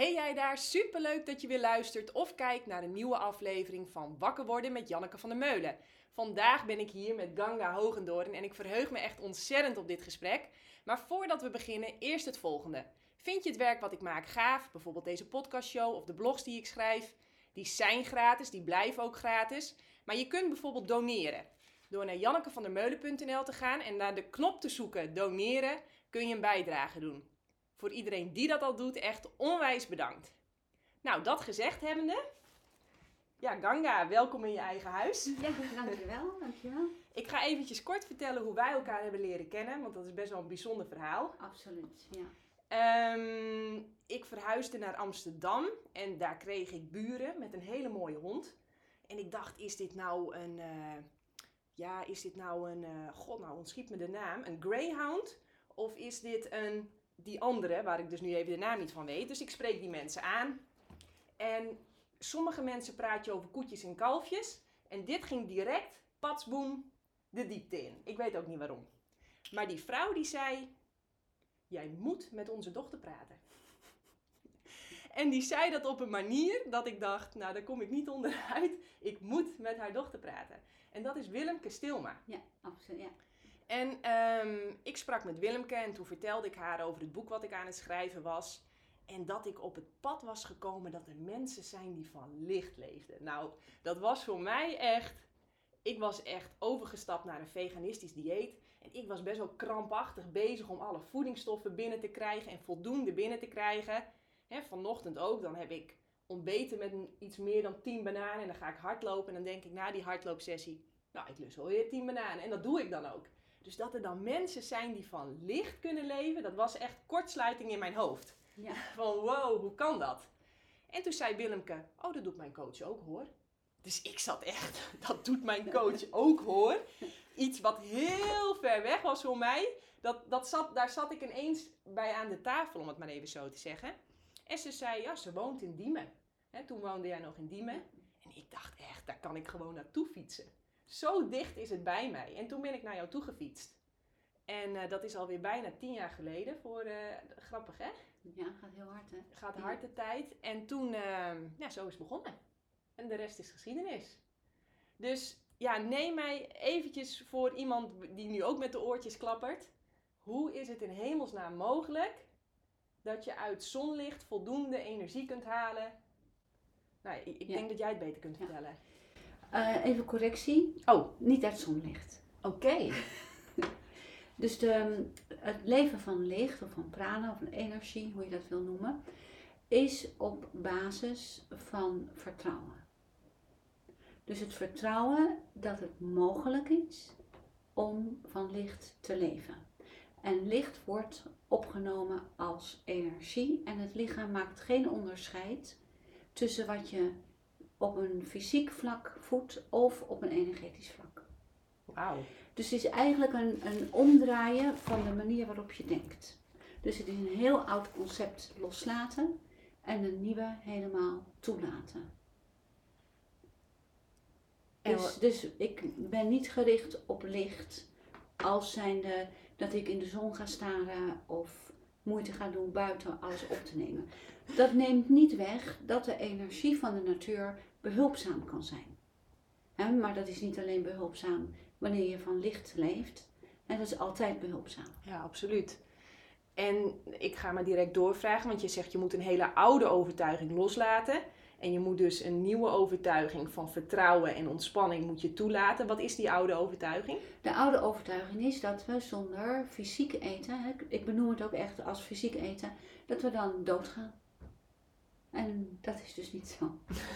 Hey jij daar, superleuk dat je weer luistert of kijkt naar een nieuwe aflevering van Wakker worden met Janneke van der Meulen. Vandaag ben ik hier met Ganga Hogendoorn en ik verheug me echt ontzettend op dit gesprek. Maar voordat we beginnen, eerst het volgende. Vind je het werk wat ik maak gaaf, bijvoorbeeld deze podcastshow of de blogs die ik schrijf? Die zijn gratis, die blijven ook gratis. Maar je kunt bijvoorbeeld doneren. Door naar jannekevandermeulen.nl te gaan en naar de knop te zoeken doneren kun je een bijdrage doen. Voor iedereen die dat al doet, echt onwijs bedankt. Nou, dat gezegd hebbende. Ja, Ganga, welkom in je eigen huis. Ja, dankjewel. Ik ga eventjes kort vertellen hoe wij elkaar hebben leren kennen, want dat is best wel een bijzonder verhaal. Absoluut, ja. Ik verhuisde naar Amsterdam en daar kreeg ik buren met een hele mooie hond. En ik dacht, is dit nou een, god nou ontschiet me de naam, een greyhound? Of is dit die andere, waar ik dus nu even de naam niet van weet. Dus ik spreek die mensen aan. En sommige mensen praat je over koetjes en kalfjes. En dit ging direct, patsboom, de diepte in. Ik weet ook niet waarom. Maar die vrouw die zei, jij moet met onze dochter praten. En die zei dat op een manier dat ik dacht, nou daar kom ik niet onderuit. Ik moet met haar dochter praten. En dat is Willemke Stilma. Ja, absoluut, ja. En ik sprak met Willemke en toen vertelde ik haar over het boek wat ik aan het schrijven was. En dat ik op het pad was gekomen dat er mensen zijn die van licht leefden. Nou, dat was voor mij echt... Ik was echt overgestapt naar een veganistisch dieet. En ik was best wel krampachtig bezig om alle voedingsstoffen binnen te krijgen en voldoende binnen te krijgen. Vanochtend ook, dan heb ik ontbeten met iets meer dan 10 bananen. En dan ga ik hardlopen en dan denk ik na die hardloopsessie... Nou, ik lust wel weer 10 bananen. En dat doe ik dan ook. Dus dat er dan mensen zijn die van licht kunnen leven, dat was echt kortsluiting in mijn hoofd. Ja. Van wow, hoe kan dat? En toen zei Willemke, oh dat doet mijn coach ook hoor. Dus ik zat echt, dat doet mijn coach ook hoor. Iets wat heel ver weg was voor mij. Daar zat ik ineens bij aan de tafel, om het maar even zo te zeggen. En ze zei, ja ze woont in Diemen. Toen woonde jij nog in Diemen. En ik dacht echt, daar kan ik gewoon naartoe fietsen. Zo dicht is het bij mij. En toen ben ik naar jou toe gefietst. En dat is alweer bijna 10 jaar geleden. Grappig hè? Ja, gaat heel hard hè? Gaat hard de tijd. En toen, zo is het begonnen. En de rest is geschiedenis. Dus ja, neem mij eventjes voor iemand die nu ook met de oortjes klappert. Hoe is het in hemelsnaam mogelijk dat je uit zonlicht voldoende energie kunt halen? Nou, ik denk dat jij het beter kunt vertellen. Even correctie. Oh. Niet uit zonlicht. Oké. Dus het leven van licht of van prana of van energie, hoe je dat wil noemen, is op basis van vertrouwen. Dus het vertrouwen dat het mogelijk is om van licht te leven. En licht wordt opgenomen als energie en het lichaam maakt geen onderscheid tussen wat je op een fysiek vlak voedt of op een energetisch vlak. Wauw. Dus het is eigenlijk een omdraaien van de manier waarop je denkt. Dus het is een heel oud concept loslaten en een nieuwe helemaal toelaten. Dus ik ben niet gericht op licht als zijnde dat ik in de zon ga staren of moeite ga doen buiten alles op te nemen. Dat neemt niet weg dat de energie van de natuur behulpzaam kan zijn. Maar dat is niet alleen behulpzaam wanneer je van licht leeft. En dat is altijd behulpzaam. Ja, absoluut. En ik ga maar direct doorvragen, want je zegt je moet een hele oude overtuiging loslaten. En je moet dus een nieuwe overtuiging van vertrouwen en ontspanning moet je toelaten. Wat is die oude overtuiging? De oude overtuiging is dat we zonder fysiek eten, ik benoem het ook echt als fysiek eten, dat we dan doodgaan. En dat is dus niet zo.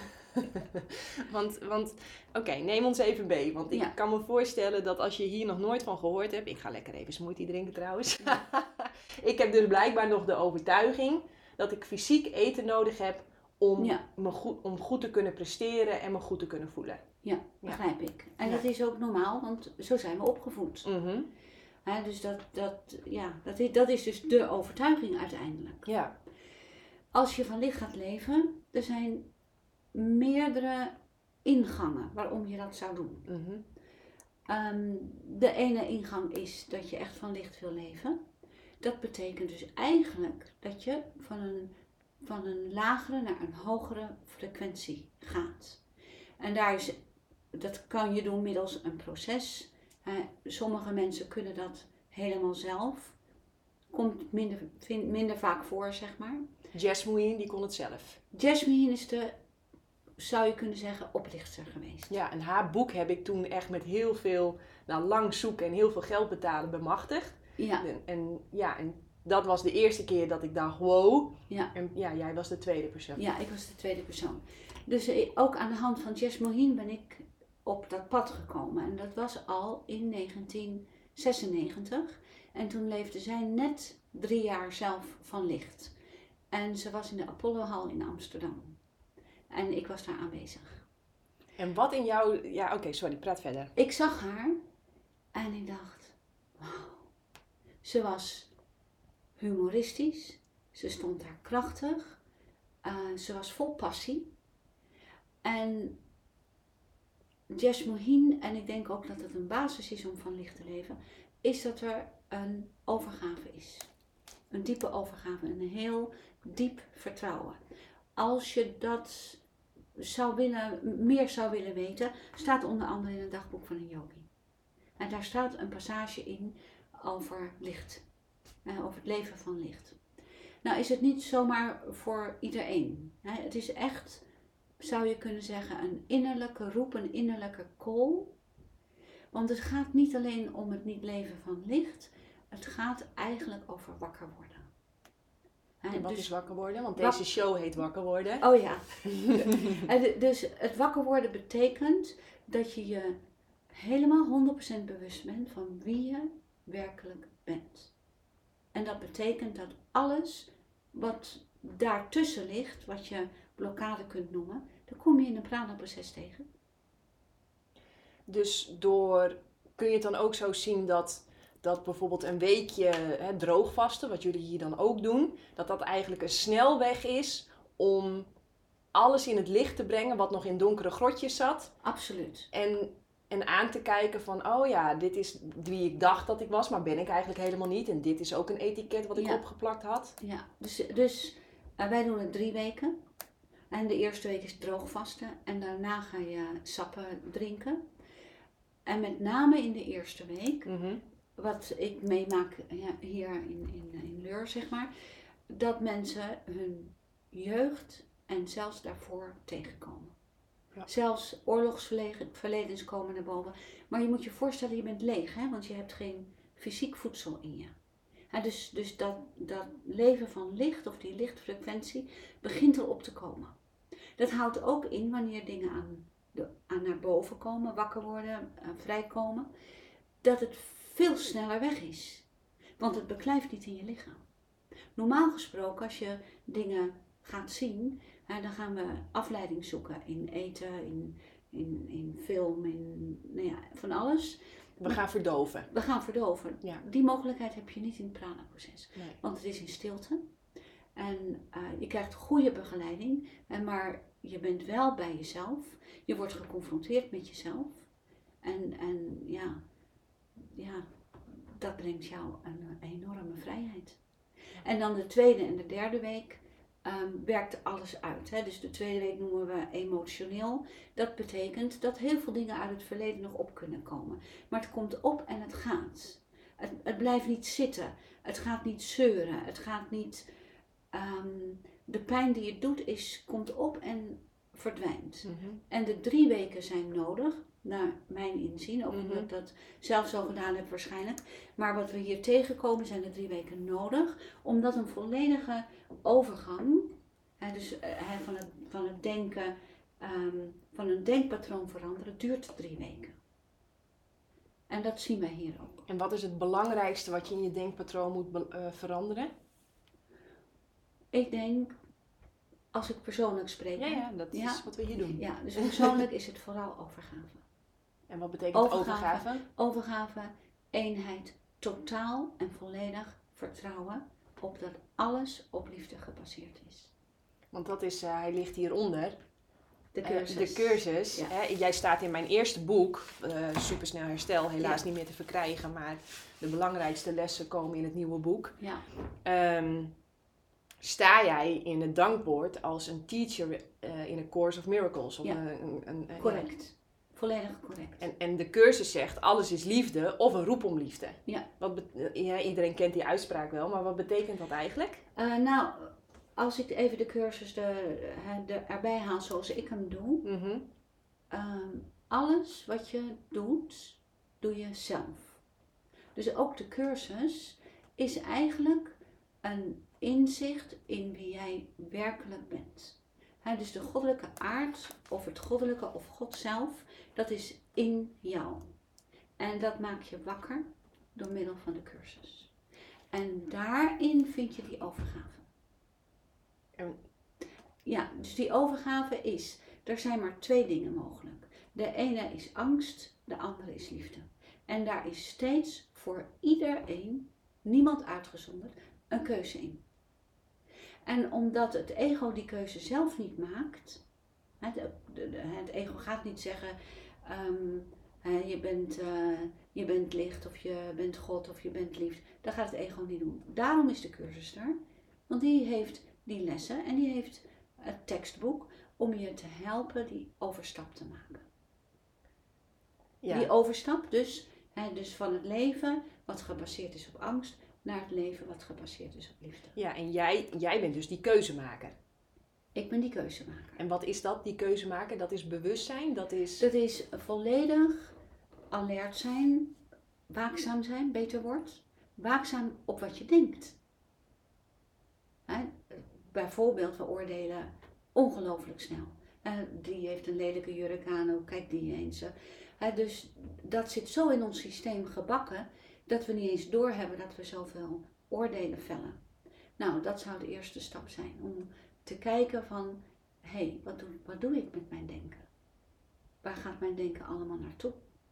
want oké, neem ons even mee. Want ik kan me voorstellen dat als je hier nog nooit van gehoord hebt... Ik ga lekker even smoothie drinken trouwens. Ik heb dus blijkbaar nog de overtuiging dat ik fysiek eten nodig heb... om goed te kunnen presteren en me goed te kunnen voelen. Ja, begrijp ik. En dat is ook normaal, want zo zijn we opgevoed. Mm-hmm. Dus dat is dus de overtuiging uiteindelijk. Ja. Als je van licht gaat leven, er zijn meerdere ingangen waarom je dat zou doen. Mm-hmm. De ene ingang is dat je echt van licht wil leven. Dat betekent dus eigenlijk dat je van een van een lagere naar een hogere frequentie gaat. En dat kan je doen middels een proces. Sommige mensen kunnen dat helemaal zelf. Komt minder vaak voor, zeg maar. Jasmine, die kon het zelf. Jasmine is zou je kunnen zeggen, oplichter geweest. Ja, en haar boek heb ik toen echt met heel veel, lang zoeken en heel veel geld betalen bemachtigd. Ja. En dat was de eerste keer dat ik dacht, wow. Ja. En jij was de tweede persoon. Ja, ik was de tweede persoon. Dus ook aan de hand van Jasmine ben ik op dat pad gekomen. En dat was al in 1996. En toen leefde zij net 3 jaar zelf van licht. En ze was in de Apollohal in Amsterdam. En ik was daar aanwezig. En wat in jou... Ja, oké, sorry, praat verder. Ik zag haar en ik dacht, wauw. Ze was humoristisch. Ze stond daar krachtig. Ze was vol passie. En Jasmine, en ik denk ook dat het een basis is om van licht te leven, is dat er een overgave is. Een diepe overgave, een heel diep vertrouwen. Als je dat meer zou willen weten, staat onder andere in het dagboek van een yogi. En daar staat een passage in over licht. Over het leven van licht. Nou is het niet zomaar voor iedereen. Het is echt, zou je kunnen zeggen, een innerlijke roep, een innerlijke call. Want het gaat niet alleen om het niet leven van licht. Het gaat eigenlijk over wakker worden. En wat is wakker worden? Want deze show heet Wakker Worden. Oh ja. Dus het wakker worden betekent dat je je helemaal 100% bewust bent van wie je werkelijk bent. En dat betekent dat alles wat daartussen ligt, wat je blokkade kunt noemen, daar kom je in een prana-proces tegen. Dus kun je het dan ook zo zien dat bijvoorbeeld een weekje droogvasten, wat jullie hier dan ook doen, dat eigenlijk een snelweg is om alles in het licht te brengen wat nog in donkere grotjes zat. Absoluut. En aan te kijken van, oh ja, dit is wie ik dacht dat ik was, maar ben ik eigenlijk helemaal niet. En dit is ook een etiket wat ik opgeplakt had. Ja, dus wij doen het 3 weken. En de eerste week is droogvasten en daarna ga je sappen drinken. En met name in de eerste week, wat ik meemaak hier in Leur, zeg maar, dat mensen hun jeugd en zelfs daarvoor tegenkomen. Ja. Zelfs oorlogsverledens komen naar boven. Maar je moet je voorstellen, je bent leeg, hè? Want je hebt geen fysiek voedsel in je. Dus dat leven van licht, of die lichtfrequentie, begint erop te komen. Dat houdt ook in wanneer dingen aan naar boven komen, wakker worden, vrijkomen, dat het veel sneller weg is. Want het beklijft niet in je lichaam. Normaal gesproken, als je dingen gaat zien, dan gaan we afleiding zoeken in eten, in film, van alles. We gaan verdoven. We gaan verdoven. Ja. Die mogelijkheid heb je niet in het prana-proces. Nee. Want het is in stilte. En je krijgt goede begeleiding. Maar je bent wel bij jezelf. Je wordt geconfronteerd met jezelf. En dat brengt jou een enorme vrijheid. Ja. En dan de tweede en de derde week werkt alles uit. Hè? Dus de tweede week noemen we emotioneel. Dat betekent dat heel veel dingen uit het verleden nog op kunnen komen. Maar het komt op en het gaat. Het blijft niet zitten. Het gaat niet zeuren. Het gaat niet... de pijn die het doet komt op en verdwijnt. Mm-hmm. En de 3 weken zijn nodig, naar mijn inzien. Ook omdat ik dat zelf zo gedaan heb waarschijnlijk. Maar wat we hier tegenkomen zijn de 3 weken nodig. Omdat een volledige overgang, van het denken, van een denkpatroon veranderen, duurt 3 weken. En dat zien wij hier ook. En wat is het belangrijkste wat je in je denkpatroon moet veranderen? Ik denk, als ik persoonlijk spreek. Ja, dat is wat we hier doen. Ja, dus persoonlijk is het vooral overgave. En wat betekent overgave? Overgave, eenheid, totaal en volledig vertrouwen op dat alles op liefde gebaseerd is. Want dat is, hij ligt hieronder. De cursus. De cursus. Ja. Jij staat in mijn eerste boek, Supersnel Herstel, helaas niet meer te verkrijgen, maar de belangrijkste lessen komen in het nieuwe boek. Ja. sta jij in het dankwoord als een teacher in A Course of Miracles. Of Ja. Correct. Volledig correct. En de cursus zegt, alles is liefde of een roep om liefde. Ja. Iedereen kent die uitspraak wel, maar wat betekent dat eigenlijk? Nou, als ik even de cursus erbij haal zoals ik hem doe. Mm-hmm. Alles wat je doet, doe je zelf. Dus ook de cursus is eigenlijk een inzicht in wie jij werkelijk bent. Dus de goddelijke aard of het goddelijke of God zelf, dat is in jou. En dat maak je wakker door middel van de cursus. En daarin vind je die overgave. Ja, dus die overgave is, er zijn maar 2 dingen mogelijk. De ene is angst, de andere is liefde. En daar is steeds voor iedereen, niemand uitgezonderd, een keuze in. En omdat het ego die keuze zelf niet maakt, het ego gaat niet zeggen, je bent licht of je bent God of je bent liefde. Dat gaat het ego niet doen. Daarom is de cursus er, want die heeft die lessen en die heeft het tekstboek om je te helpen die overstap te maken. Ja. Die overstap dus van het leven wat gebaseerd is op angst naar het leven wat gebaseerd is op liefde. Ja, en jij bent dus die keuzemaker. Ik ben die keuzemaker. En wat is dat, die keuzemaker? Dat is bewustzijn? Dat is volledig alert zijn, waakzaam zijn, beter wordt. Waakzaam op wat je denkt. Bijvoorbeeld, we oordelen ongelooflijk snel. Die heeft een lelijke jurk aan, ook kijk die eens. Dus dat zit zo in ons systeem gebakken dat we niet eens doorhebben dat we zoveel oordelen vellen. Nou, dat zou de eerste stap zijn. Om te kijken van, hé, wat doe ik met mijn denken? Waar gaat mijn denken allemaal naartoe?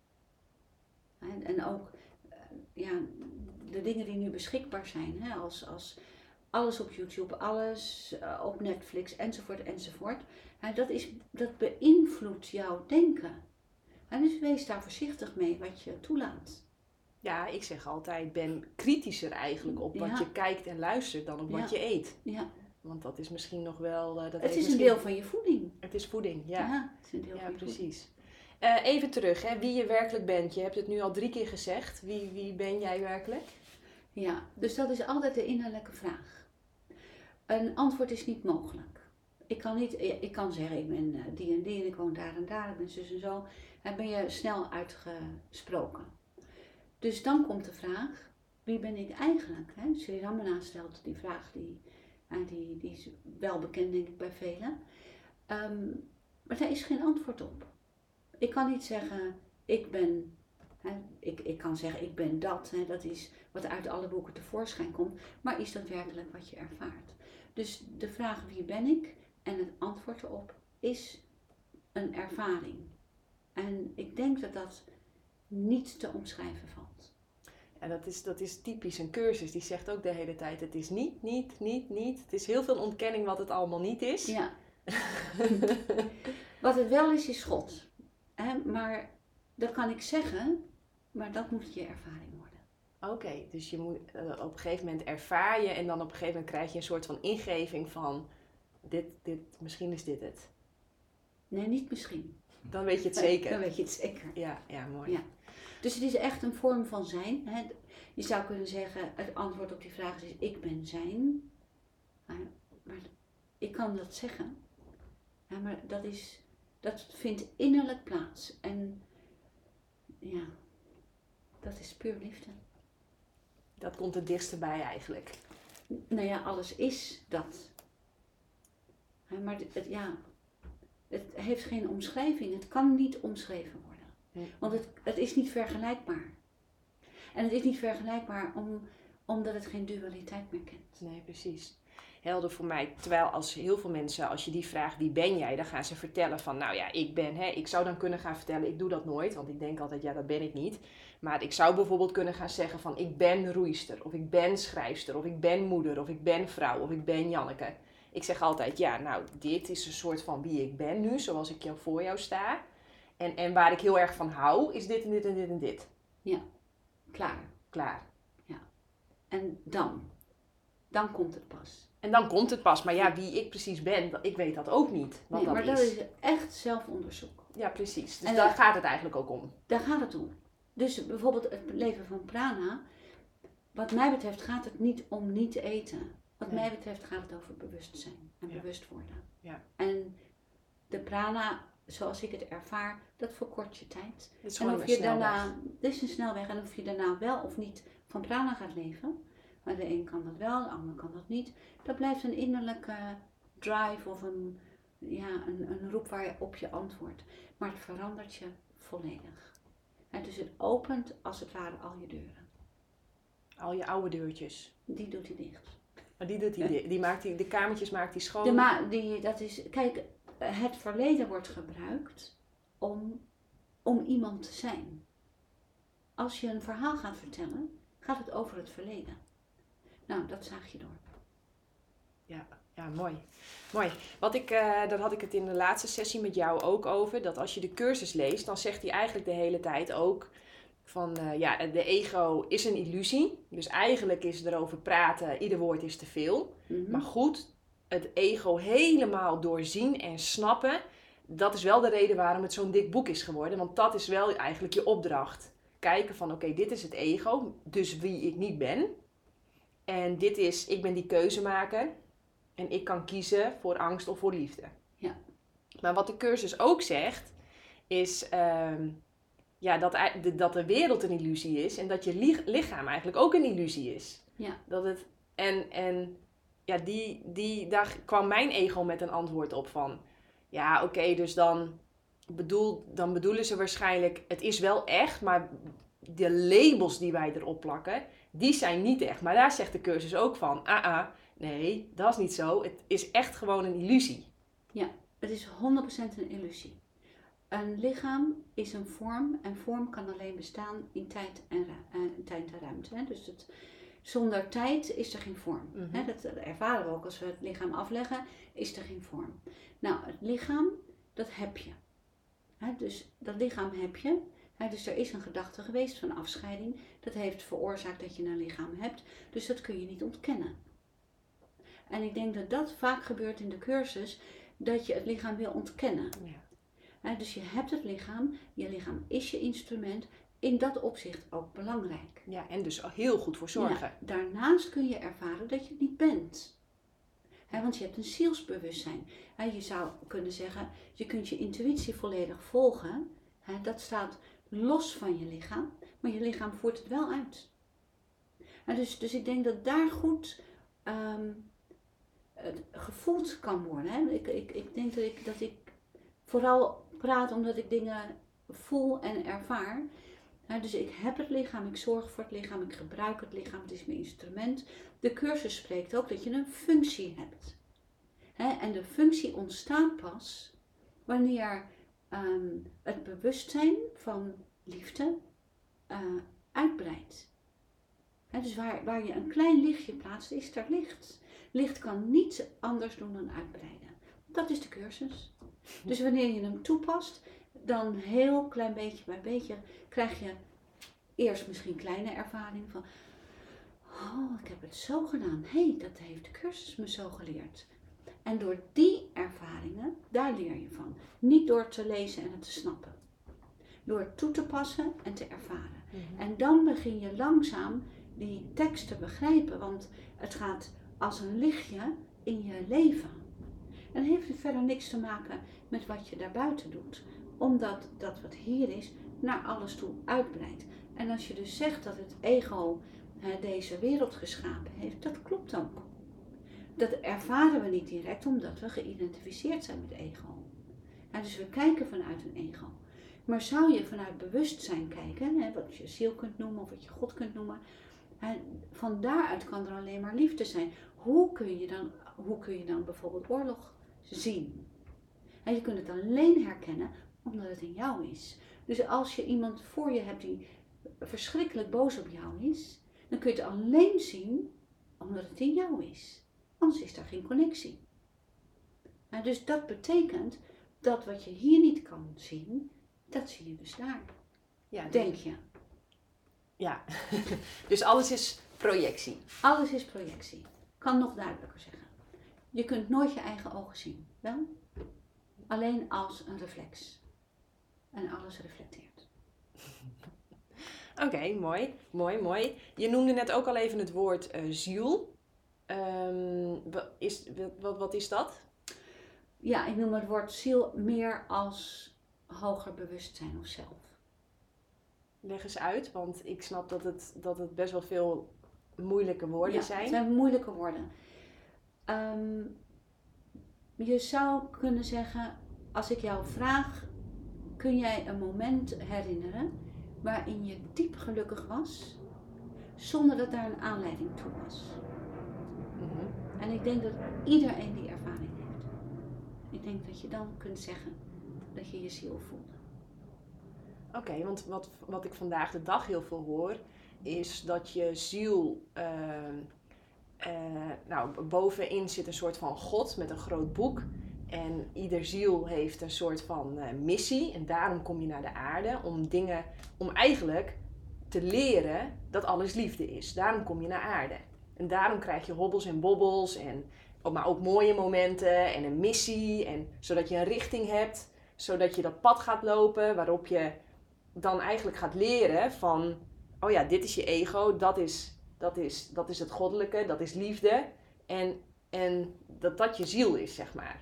En ook de dingen die nu beschikbaar zijn, als alles op YouTube, alles op Netflix enzovoort. Dat beïnvloedt jouw denken. Dus wees daar voorzichtig mee wat je toelaat. Ja, ik zeg altijd, ben kritischer eigenlijk op wat je kijkt en luistert dan op wat je eet. Ja. Want dat is misschien nog wel... het is een deel van je voeding. Het is voeding, ja. Ja, het is een deel van je precies. Even terug, wie je werkelijk bent. Je hebt het nu al 3 keer gezegd. Wie ben jij werkelijk? Ja, dus dat is altijd de innerlijke vraag. Een antwoord is niet mogelijk. Ik kan zeggen, ik ben die en die en ik woon daar en daar, ik ben zus en zo. Dan ben je snel uitgesproken. Dus dan komt de vraag, wie ben ik eigenlijk? Sri Ramana stelt die vraag, die is wel bekend denk ik bij velen. Maar daar is geen antwoord op. Ik kan niet zeggen, ik ben, ik kan zeggen ik ben dat. Dat is wat uit alle boeken tevoorschijn komt. Maar is dat werkelijk wat je ervaart? Dus de vraag wie ben ik en het antwoord erop is een ervaring. En ik denk dat dat niet te omschrijven valt. Ja, dat is typisch een cursus. Die zegt ook de hele tijd, het is niet. Het is heel veel ontkenning wat het allemaal niet is. Ja. Wat het wel is God. Maar dat kan ik zeggen, maar dat moet je ervaring worden. Oké, dus je moet op een gegeven moment ervaar je en dan op een gegeven moment krijg je een soort van ingeving van, misschien is dit het. Nee, niet misschien. Dan weet je het zeker. Dan weet je het zeker. Ja, mooi. Ja. Dus het is echt een vorm van zijn. Je zou kunnen zeggen, het antwoord op die vraag is, ik ben zijn. Maar ik kan dat zeggen. Ja, maar dat vindt innerlijk plaats. En ja, dat is puur liefde. Dat komt het dichtst bij eigenlijk. Nou ja, alles is dat. Maar het heeft geen omschrijving. Het kan niet omschreven worden. Want het is niet vergelijkbaar. En het is niet vergelijkbaar omdat het geen dualiteit meer kent. Nee, precies. Helder voor mij. Terwijl als heel veel mensen, als je die vraagt wie ben jij, dan gaan ze vertellen van nou ja, ik ben, ik zou dan kunnen gaan vertellen, ik doe dat nooit, want ik denk altijd ja, dat ben ik niet. Maar ik zou bijvoorbeeld kunnen gaan zeggen van ik ben roeister, of ik ben schrijfster, of ik ben moeder, of ik ben vrouw, of ik ben Janneke. Ik zeg altijd ja, nou dit is een soort van wie ik ben nu, zoals ik voor jou sta. En waar ik heel erg van hou, is dit en dit en dit en dit. Ja, klaar. Klaar. Ja. En dan komt het pas. En dan komt het pas. Maar ja, wie ik precies ben, ik weet dat ook niet. Wat Nee, dat maar is. dat is echt zelfonderzoek. Ja, precies. Dus En daar gaat het eigenlijk ook om. Daar gaat het om. Dus bijvoorbeeld het leven van prana. Wat mij betreft gaat het niet om niet eten. Wat Nee. mij betreft gaat het over bewustzijn en Ja. bewust worden. Ja. En de prana, zoals ik het ervaar, dat verkort je tijd. Het is En gewoon of een je daarna, snelweg. dit is een snelweg, en of je daarna wel of niet van prana gaat leven. Maar de een kan dat wel, de ander kan dat niet. Dat blijft een innerlijke drive of een roep waar je op je antwoordt. Maar het verandert je volledig. En dus het opent als het ware al je deuren. Al je oude deurtjes. Die doet hij dicht. Maar die doet hij. Die maakt die, de kamertjes maakt hij schoon. Kijk, het verleden wordt gebruikt om iemand te zijn. Als je een verhaal gaat vertellen, gaat het over het verleden. Nou, dat zaag je door. Ja, mooi. Mooi. Daar had ik het in de laatste sessie met jou ook over. Dat als je de cursus leest, dan zegt hij eigenlijk de hele tijd ook van de ego is een illusie. Dus eigenlijk is erover praten, ieder woord is te veel. Mhm. Maar goed, het ego helemaal doorzien en snappen, dat is wel de reden waarom het zo'n dik boek is geworden. Want dat is wel eigenlijk je opdracht. Kijken van oké, dit is het ego, dus wie ik niet ben. En ik ben die keuzemaker. En ik kan kiezen voor angst of voor liefde. Ja. Maar wat de cursus ook zegt, is dat de wereld een illusie is. En dat je lichaam eigenlijk ook een illusie is. Ja. Dat het, daar kwam mijn ego met een antwoord op van... Ja, oké, dus dan bedoelen ze waarschijnlijk... Het is wel echt, maar de labels die wij erop plakken, die zijn niet echt. Maar daar zegt de cursus ook van... Nee, dat is niet zo. Het is echt gewoon een illusie. Ja, het is 100% een illusie. Een lichaam is een vorm en vorm kan alleen bestaan in tijd en ruimte. Hè? Dus zonder tijd is er geen vorm. Mhm. Hè? Dat ervaren we ook als we het lichaam afleggen, is er geen vorm. Nou, het lichaam, dat heb je. Hè? Dus dat lichaam heb je. Hè? Dus er is een gedachte geweest van afscheiding. Dat heeft veroorzaakt dat je een lichaam hebt. Dus dat kun je niet ontkennen. En ik denk dat dat vaak gebeurt in de cursus, dat je het lichaam wil ontkennen. Ja. Dus je hebt het lichaam, je lichaam is je instrument, in dat opzicht ook belangrijk. Ja, en dus heel goed voor zorgen. Ja, daarnaast kun je ervaren dat je het niet bent. Want je hebt een zielsbewustzijn. Je zou kunnen zeggen, je kunt je intuïtie volledig volgen. Dat staat los van je lichaam, maar je lichaam voert het wel uit. Dus ik denk dat daar goed gevoeld kan worden. Hè? Ik denk dat ik vooral praat omdat ik dingen voel en ervaar. Dus ik heb het lichaam, ik zorg voor het lichaam, ik gebruik het lichaam, het is mijn instrument. De cursus spreekt ook dat je een functie hebt. En de functie ontstaat pas wanneer het bewustzijn van liefde uitbreidt. Dus waar je een klein lichtje plaatst, is er licht. Licht kan niets anders doen dan uitbreiden. Dat is de cursus. Dus wanneer je hem toepast, dan heel klein beetje bij beetje krijg je eerst misschien kleine ervaring van... Oh, ik heb het zo gedaan. Hé, dat heeft de cursus me zo geleerd. En door die ervaringen, daar leer je van. Niet door te lezen en het te snappen. Door het toe te passen en te ervaren. Mhm. En dan begin je langzaam die tekst te begrijpen. Want het gaat als een lichtje in je leven. En heeft verder niks te maken met wat je daarbuiten doet. Omdat dat wat hier is, naar alles toe uitbreidt. En als je dus zegt dat het ego deze wereld geschapen heeft, dat klopt ook. Dat ervaren we niet direct omdat we geïdentificeerd zijn met ego. Dus we kijken vanuit een ego. Maar zou je vanuit bewustzijn kijken, wat je ziel kunt noemen of wat je God kunt noemen, van daaruit kan er alleen maar liefde zijn. Hoe kun je dan bijvoorbeeld oorlog zien? Je kunt het alleen herkennen omdat het in jou is. Dus als je iemand voor je hebt die verschrikkelijk boos op jou is, dan kun je het alleen zien omdat het in jou is. Anders is daar geen connectie. Dus dat betekent dat wat je hier niet kan zien, dat zie je dus daar. Ja, Denk je. Ja, dus alles is projectie. Alles is projectie. Kan nog duidelijker zeggen. Je kunt nooit je eigen ogen zien. Wel? Alleen als een reflex. En alles reflecteert. Oké, mooi. Je noemde net ook al even het woord ziel. Wat is dat? Ja, ik noem het woord ziel meer als hoger bewustzijn of zelf. Leg eens uit, want ik snap dat het best wel veel moeilijke woorden zijn. Het zijn moeilijke woorden. Je zou kunnen zeggen, als ik jou vraag, kun jij een moment herinneren waarin je diep gelukkig was, zonder dat daar een aanleiding toe was? Mhm. En ik denk dat iedereen die ervaring heeft. Ik denk dat je dan kunt zeggen dat je je ziel voelde. Oké, want wat ik vandaag de dag heel veel hoor, is dat je ziel, bovenin zit een soort van God met een groot boek. En ieder ziel heeft een soort van missie. En daarom kom je naar de aarde om eigenlijk te leren dat alles liefde is. Daarom kom je naar aarde. En daarom krijg je hobbels en bobbels, maar ook mooie momenten en een missie. En zodat je een richting hebt, zodat je dat pad gaat lopen waarop je dan eigenlijk gaat leren van, oh ja, dit is je ego, dat is het goddelijke, dat is liefde. En dat je ziel is, zeg maar.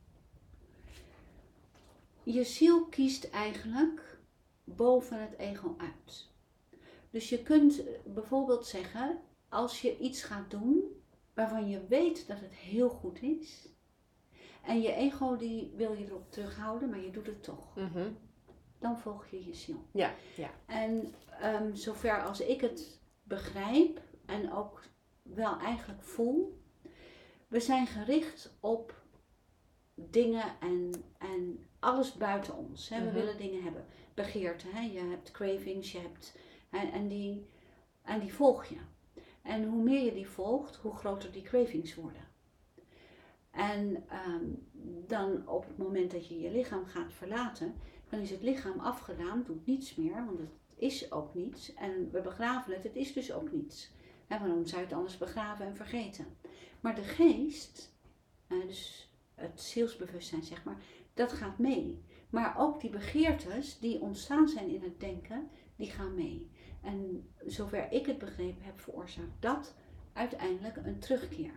Je ziel kiest eigenlijk boven het ego uit. Dus je kunt bijvoorbeeld zeggen, als je iets gaat doen waarvan je weet dat het heel goed is, en je ego die wil je erop terughouden, maar je doet het toch. Mm-hmm. Dan volg je je ziel. Ja. En zover als ik het begrijp en ook wel eigenlijk voel, we zijn gericht op dingen en alles buiten ons. Hè. We willen dingen hebben. Begeerte, hè. Je hebt cravings, en die volg je. En hoe meer je die volgt, hoe groter die cravings worden. En dan op het moment dat je je lichaam gaat verlaten, dan is het lichaam afgedaan, doet niets meer, want het is ook niets. En we begraven het is dus ook niets. En waarom zou je het anders begraven en vergeten? Maar de geest, dus het zielsbewustzijn zeg maar, dat gaat mee. Maar ook die begeertes die ontstaan zijn in het denken, die gaan mee. En zover ik het begrepen heb, veroorzaakt dat uiteindelijk een terugkeer.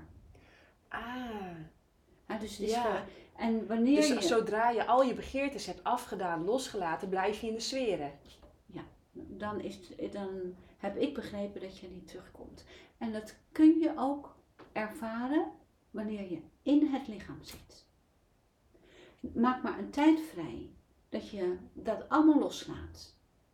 En wanneer dus zodra je al je begeertes hebt afgedaan, losgelaten, blijf je in de sferen. Ja, dan heb ik begrepen dat je niet terugkomt. En dat kun je ook ervaren wanneer je in het lichaam zit. Maak maar een tijd vrij dat je dat allemaal loslaat.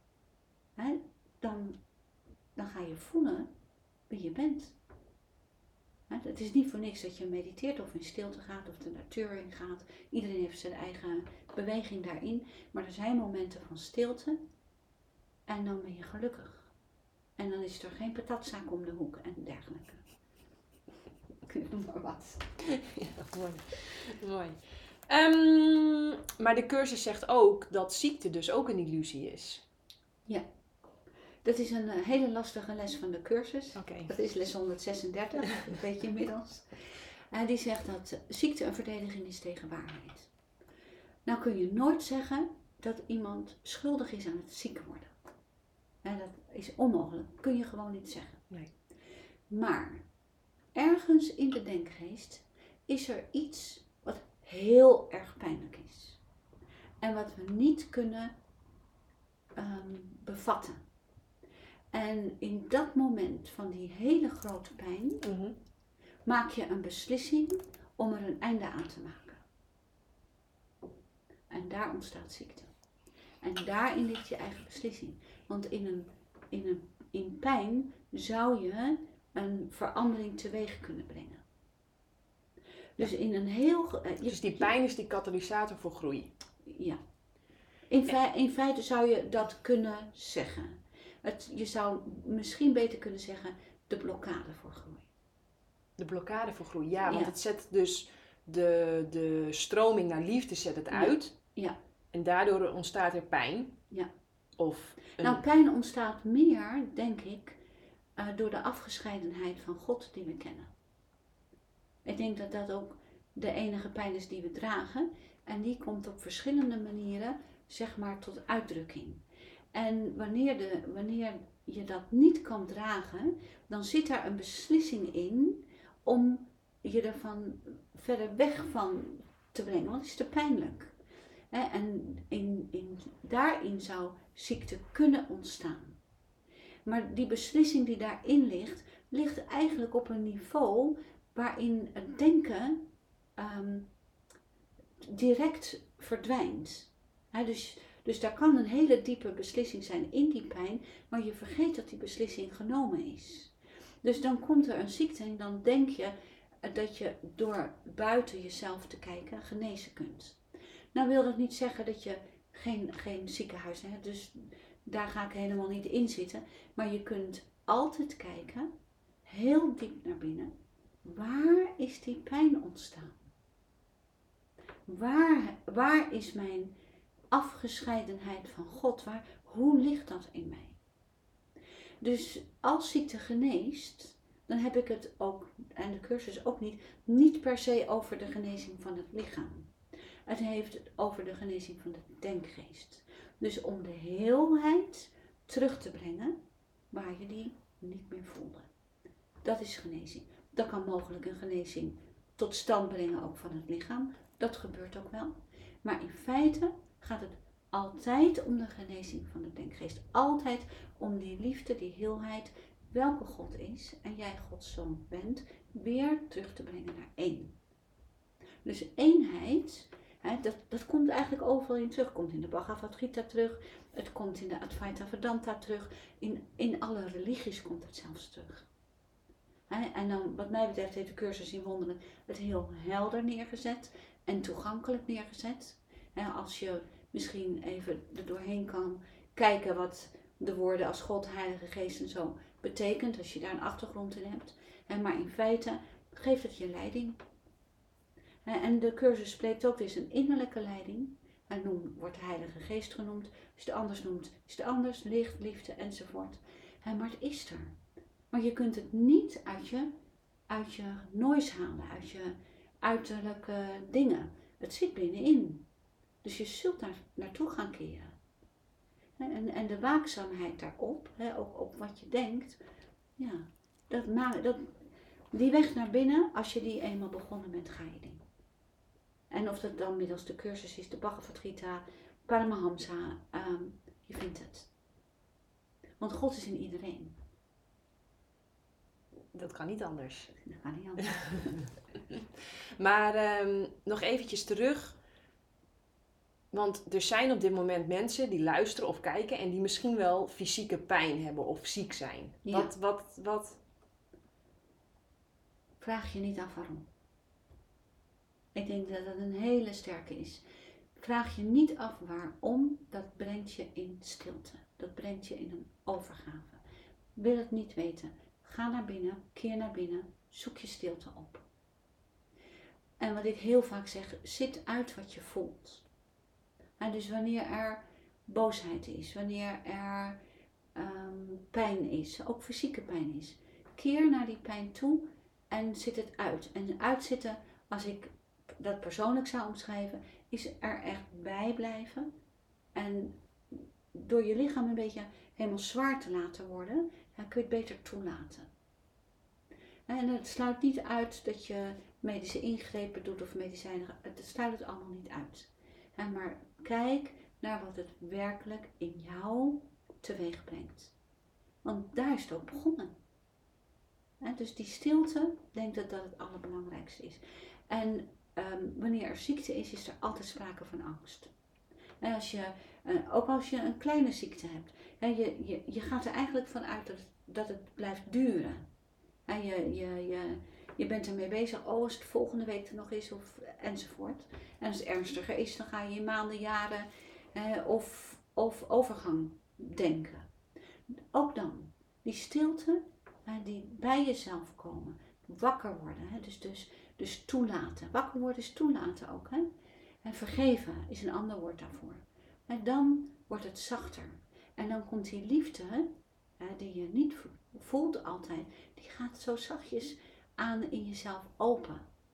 Dan ga je voelen wie je bent. Het is niet voor niks dat je mediteert of in stilte gaat of de natuur in gaat. Iedereen heeft zijn eigen beweging daarin. Maar er zijn momenten van stilte en dan ben je gelukkig. En dan is er geen patatzaak om de hoek en dergelijke. Noem maar wat. Ja, mooi. Maar de cursus zegt ook dat ziekte dus ook een illusie is. Ja. Dat is een hele lastige les van de cursus. Okay. Dat is les 136, dat weet je inmiddels. Die zegt dat ziekte een verdediging is tegen waarheid. Nou kun je nooit zeggen dat iemand schuldig is aan het ziek worden. Dat is onmogelijk, kun je gewoon niet zeggen. Nee. Maar ergens in de denkgeest is er iets wat heel erg pijnlijk is. En wat we niet kunnen bevatten. En in dat moment van die hele grote pijn maak je een beslissing om er een einde aan te maken. En daar ontstaat ziekte. En daarin ligt je eigen beslissing. Want in pijn zou je een verandering teweeg kunnen brengen. Dus in een heel... Dus die pijn is die katalysator voor groei. Ja. In feite zou je dat kunnen zeggen. Je zou misschien beter kunnen zeggen de blokkade voor groei. De blokkade voor groei, ja. Want het zet dus de stroming naar liefde zet het uit. Ja. En daardoor ontstaat er pijn. Ja. Nou, pijn ontstaat meer, denk ik, door de afgescheidenheid van God die we kennen. Ik denk dat dat ook de enige pijn is die we dragen. En die komt op verschillende manieren, zeg maar, tot uitdrukking. En wanneer je dat niet kan dragen, dan zit daar een beslissing in om je ervan verder weg van te brengen, want het is te pijnlijk. En daarin zou ziekte kunnen ontstaan. Maar die beslissing die daarin ligt eigenlijk op een niveau waarin het denken direct verdwijnt. Dus daar kan een hele diepe beslissing zijn in die pijn, maar je vergeet dat die beslissing genomen is. Dus dan komt er een ziekte en dan denk je dat je door buiten jezelf te kijken genezen kunt. Nou wil dat niet zeggen dat je geen ziekenhuis hebt, dus daar ga ik helemaal niet in zitten. Maar je kunt altijd kijken, heel diep naar binnen, waar is die pijn ontstaan? Waar is mijn afgescheidenheid van God? Hoe ligt dat in mij? Dus als ziekte geneest, dan heb ik het ook, en de cursus ook niet per se over de genezing van het lichaam. Het heeft het over de genezing van de denkgeest. Dus om de heelheid terug te brengen waar je die niet meer voelde. Dat is genezing. Dat kan mogelijk een genezing tot stand brengen ook van het lichaam. Dat gebeurt ook wel. Maar in feite gaat het altijd om de genezing van de denkgeest. Altijd om die liefde, die heelheid, welke God is en jij Gods zoon bent, weer terug te brengen naar één. Dus eenheid, dat komt eigenlijk overal in terug. Het komt in de Bhagavad Gita terug, het komt in de Advaita Vedanta terug, in alle religies komt het zelfs terug. En dan, wat mij betreft, heeft de cursus in wonderen het heel helder neergezet en toegankelijk neergezet. Als je misschien even er doorheen kan kijken wat de woorden als God, Heilige Geest en zo betekent, als je daar een achtergrond in hebt. Maar in feite geeft het je leiding. En de cursus spreekt ook, er is een innerlijke leiding. En wordt de Heilige Geest genoemd. Als je het anders noemt, is het anders. Licht, liefde enzovoort. Maar het is er. Maar je kunt het niet uit je noise halen, uit je uiterlijke dingen. Het zit binnenin. Dus je zult daar naartoe gaan keren. En de waakzaamheid daarop, ook op wat je denkt, ja, die weg naar binnen, als je die eenmaal begonnen bent, ga je die. En of dat dan middels de cursus is, de Bhagavad Gita, Paramahamsa, je vindt het. Want God is in iedereen. Dat kan niet anders. Dat kan niet anders. Maar nog eventjes terug. Want er zijn op dit moment mensen die luisteren of kijken en die misschien wel fysieke pijn hebben of ziek zijn. Ja. Wat? Vraag je niet af waarom. Ik denk dat dat een hele sterke is. Vraag je niet af waarom, dat brengt je in stilte. Dat brengt je in een overgave. Wil het niet weten, ga naar binnen, keer naar binnen, zoek je stilte op. En wat ik heel vaak zeg, zit uit wat je voelt. Dus wanneer er boosheid is, wanneer er pijn is, ook fysieke pijn is, keer naar die pijn toe en zit het uit. En uitzitten, als ik dat persoonlijk zou omschrijven, is er echt bij blijven. En door je lichaam een beetje helemaal zwaar te laten worden, dan kun je het beter toelaten. En het sluit niet uit dat je medische ingrepen doet of medicijnen. Het sluit het allemaal niet uit. Maar kijk naar wat het werkelijk in jou teweeg brengt. Want daar is het ook begonnen. Dus die stilte, denk dat dat het allerbelangrijkste is. En wanneer er ziekte is, is er altijd sprake van angst. En ook als je een kleine ziekte hebt, je gaat er eigenlijk van uit dat het blijft duren. En je bent ermee bezig, als het volgende week er nog is, enzovoort. En als het ernstiger is, dan ga je in maanden, jaren of overgang denken. Ook dan, die stilte, die bij jezelf komen, wakker worden. Dus toelaten. Wakker worden is toelaten ook. En vergeven is een ander woord daarvoor. En dan wordt het zachter. En dan komt die liefde, die je niet voelt altijd, die gaat zo zachtjes aan in jezelf open.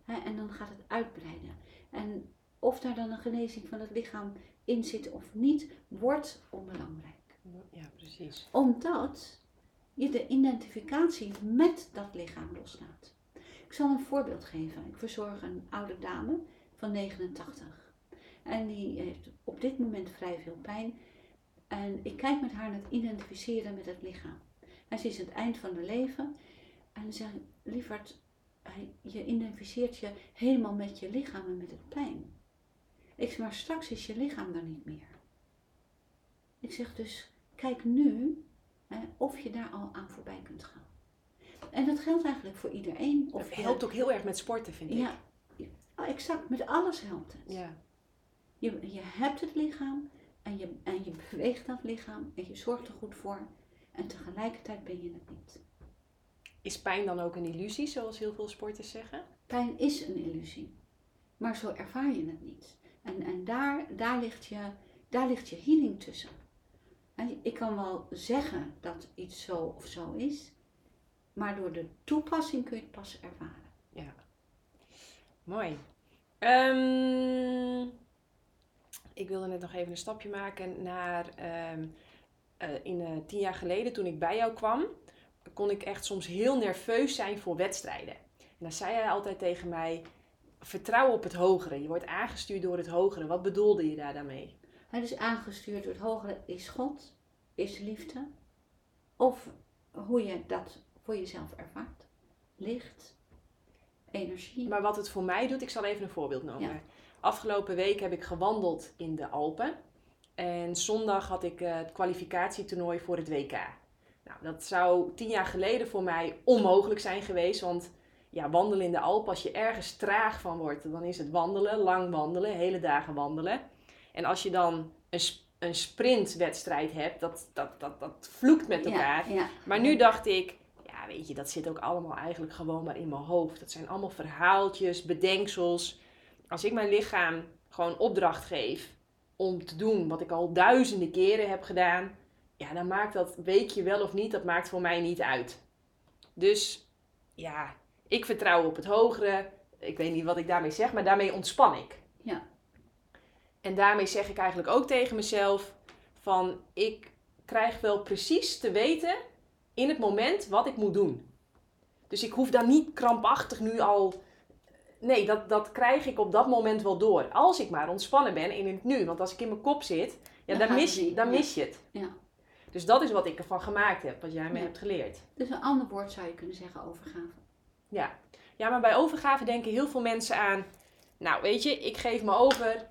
En dan gaat het uitbreiden. En of daar dan een genezing van het lichaam in zit of niet, wordt onbelangrijk. Ja, precies. Omdat je de identificatie met dat lichaam loslaat. Ik zal een voorbeeld geven. Ik verzorg een oude dame van 89. En die heeft op dit moment vrij veel pijn. En ik kijk met haar naar het identificeren met het lichaam. En ze is aan het eind van haar leven. En dan zeg ik, lieverd, je identificeert je helemaal met je lichaam en met het pijn. Ik zeg, maar straks is je lichaam er niet meer. Ik zeg dus, kijk nu of je daar al aan voorbij kunt gaan. En dat geldt eigenlijk voor iedereen. Het helpt ook heel erg met sporten, vind ik. Ja, exact. Met alles helpt het. Ja. Je hebt het lichaam en je beweegt dat lichaam en je zorgt er goed voor. En tegelijkertijd ben je het niet. Is pijn dan ook een illusie, zoals heel veel sporters zeggen? Pijn is een illusie. Maar zo ervaar je het niet. En daar ligt je healing tussen. En ik kan wel zeggen dat iets zo of zo is. Maar door de toepassing kun je het pas ervaren. Ja. Mooi. Ik wilde net nog even een stapje maken naar 10 jaar geleden toen ik bij jou kwam. Kon ik echt soms heel nerveus zijn voor wedstrijden. En dan zei jij altijd tegen mij, vertrouw op het hogere. Je wordt aangestuurd door het hogere. Wat bedoelde je daar daarmee? Het is aangestuurd door het hogere, is God, is liefde. Of hoe je dat voor jezelf ervaart. Licht, energie. Maar wat het voor mij doet, ik zal even een voorbeeld noemen. Ja. Afgelopen week heb ik gewandeld in de Alpen. En zondag had ik het kwalificatietoernooi voor het WK. Nou, dat zou 10 jaar geleden voor mij onmogelijk zijn geweest. Want ja, wandelen in de Alpen, als je ergens traag van wordt, dan is het wandelen, lang wandelen, hele dagen wandelen. En als je dan een sprintwedstrijd hebt, dat vloekt met elkaar. Ja. Maar nu dacht ik, ja weet je, dat zit ook allemaal eigenlijk gewoon maar in mijn hoofd. Dat zijn allemaal verhaaltjes, bedenksels. Als ik mijn lichaam gewoon opdracht geef om te doen wat ik al duizenden keren heb gedaan, ja, dan maakt dat weekje wel of niet, dat maakt voor mij niet uit. Dus ja, ik vertrouw op het hogere. Ik weet niet wat ik daarmee zeg, maar daarmee ontspan ik. Ja. En daarmee zeg ik eigenlijk ook tegen mezelf van, ik krijg wel precies te weten in het moment wat ik moet doen. Dus ik hoef dan niet krampachtig nu al. Nee, dat krijg ik op dat moment wel door. Als ik maar ontspannen ben in het nu. Want als ik in mijn kop zit, ja, dan mis je het. Ja. Dus dat is wat ik ervan gemaakt heb, wat jij me hebt geleerd. Dus een ander woord zou je kunnen zeggen, overgave. Ja, maar bij overgave denken heel veel mensen aan, nou weet je, ik geef me over.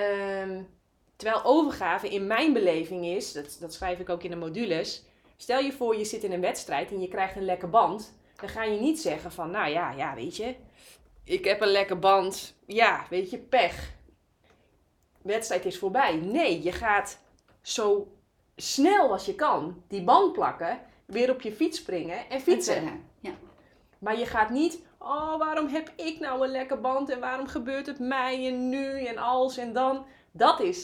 Terwijl overgave in mijn beleving is, dat schrijf ik ook in de modules. Stel je voor, je zit in een wedstrijd en je krijgt een lekke band. Dan ga je niet zeggen van, nou ja, weet je, ik heb een lekke band. Ja, weet je, pech. Wedstrijd is voorbij. Nee, je gaat zo snel als je kan die band plakken, weer op je fiets springen en fietsen. Ja. Maar je gaat niet, oh, waarom heb ik nou een lekke band en waarom gebeurt het mij en nu en als en dan. Dat is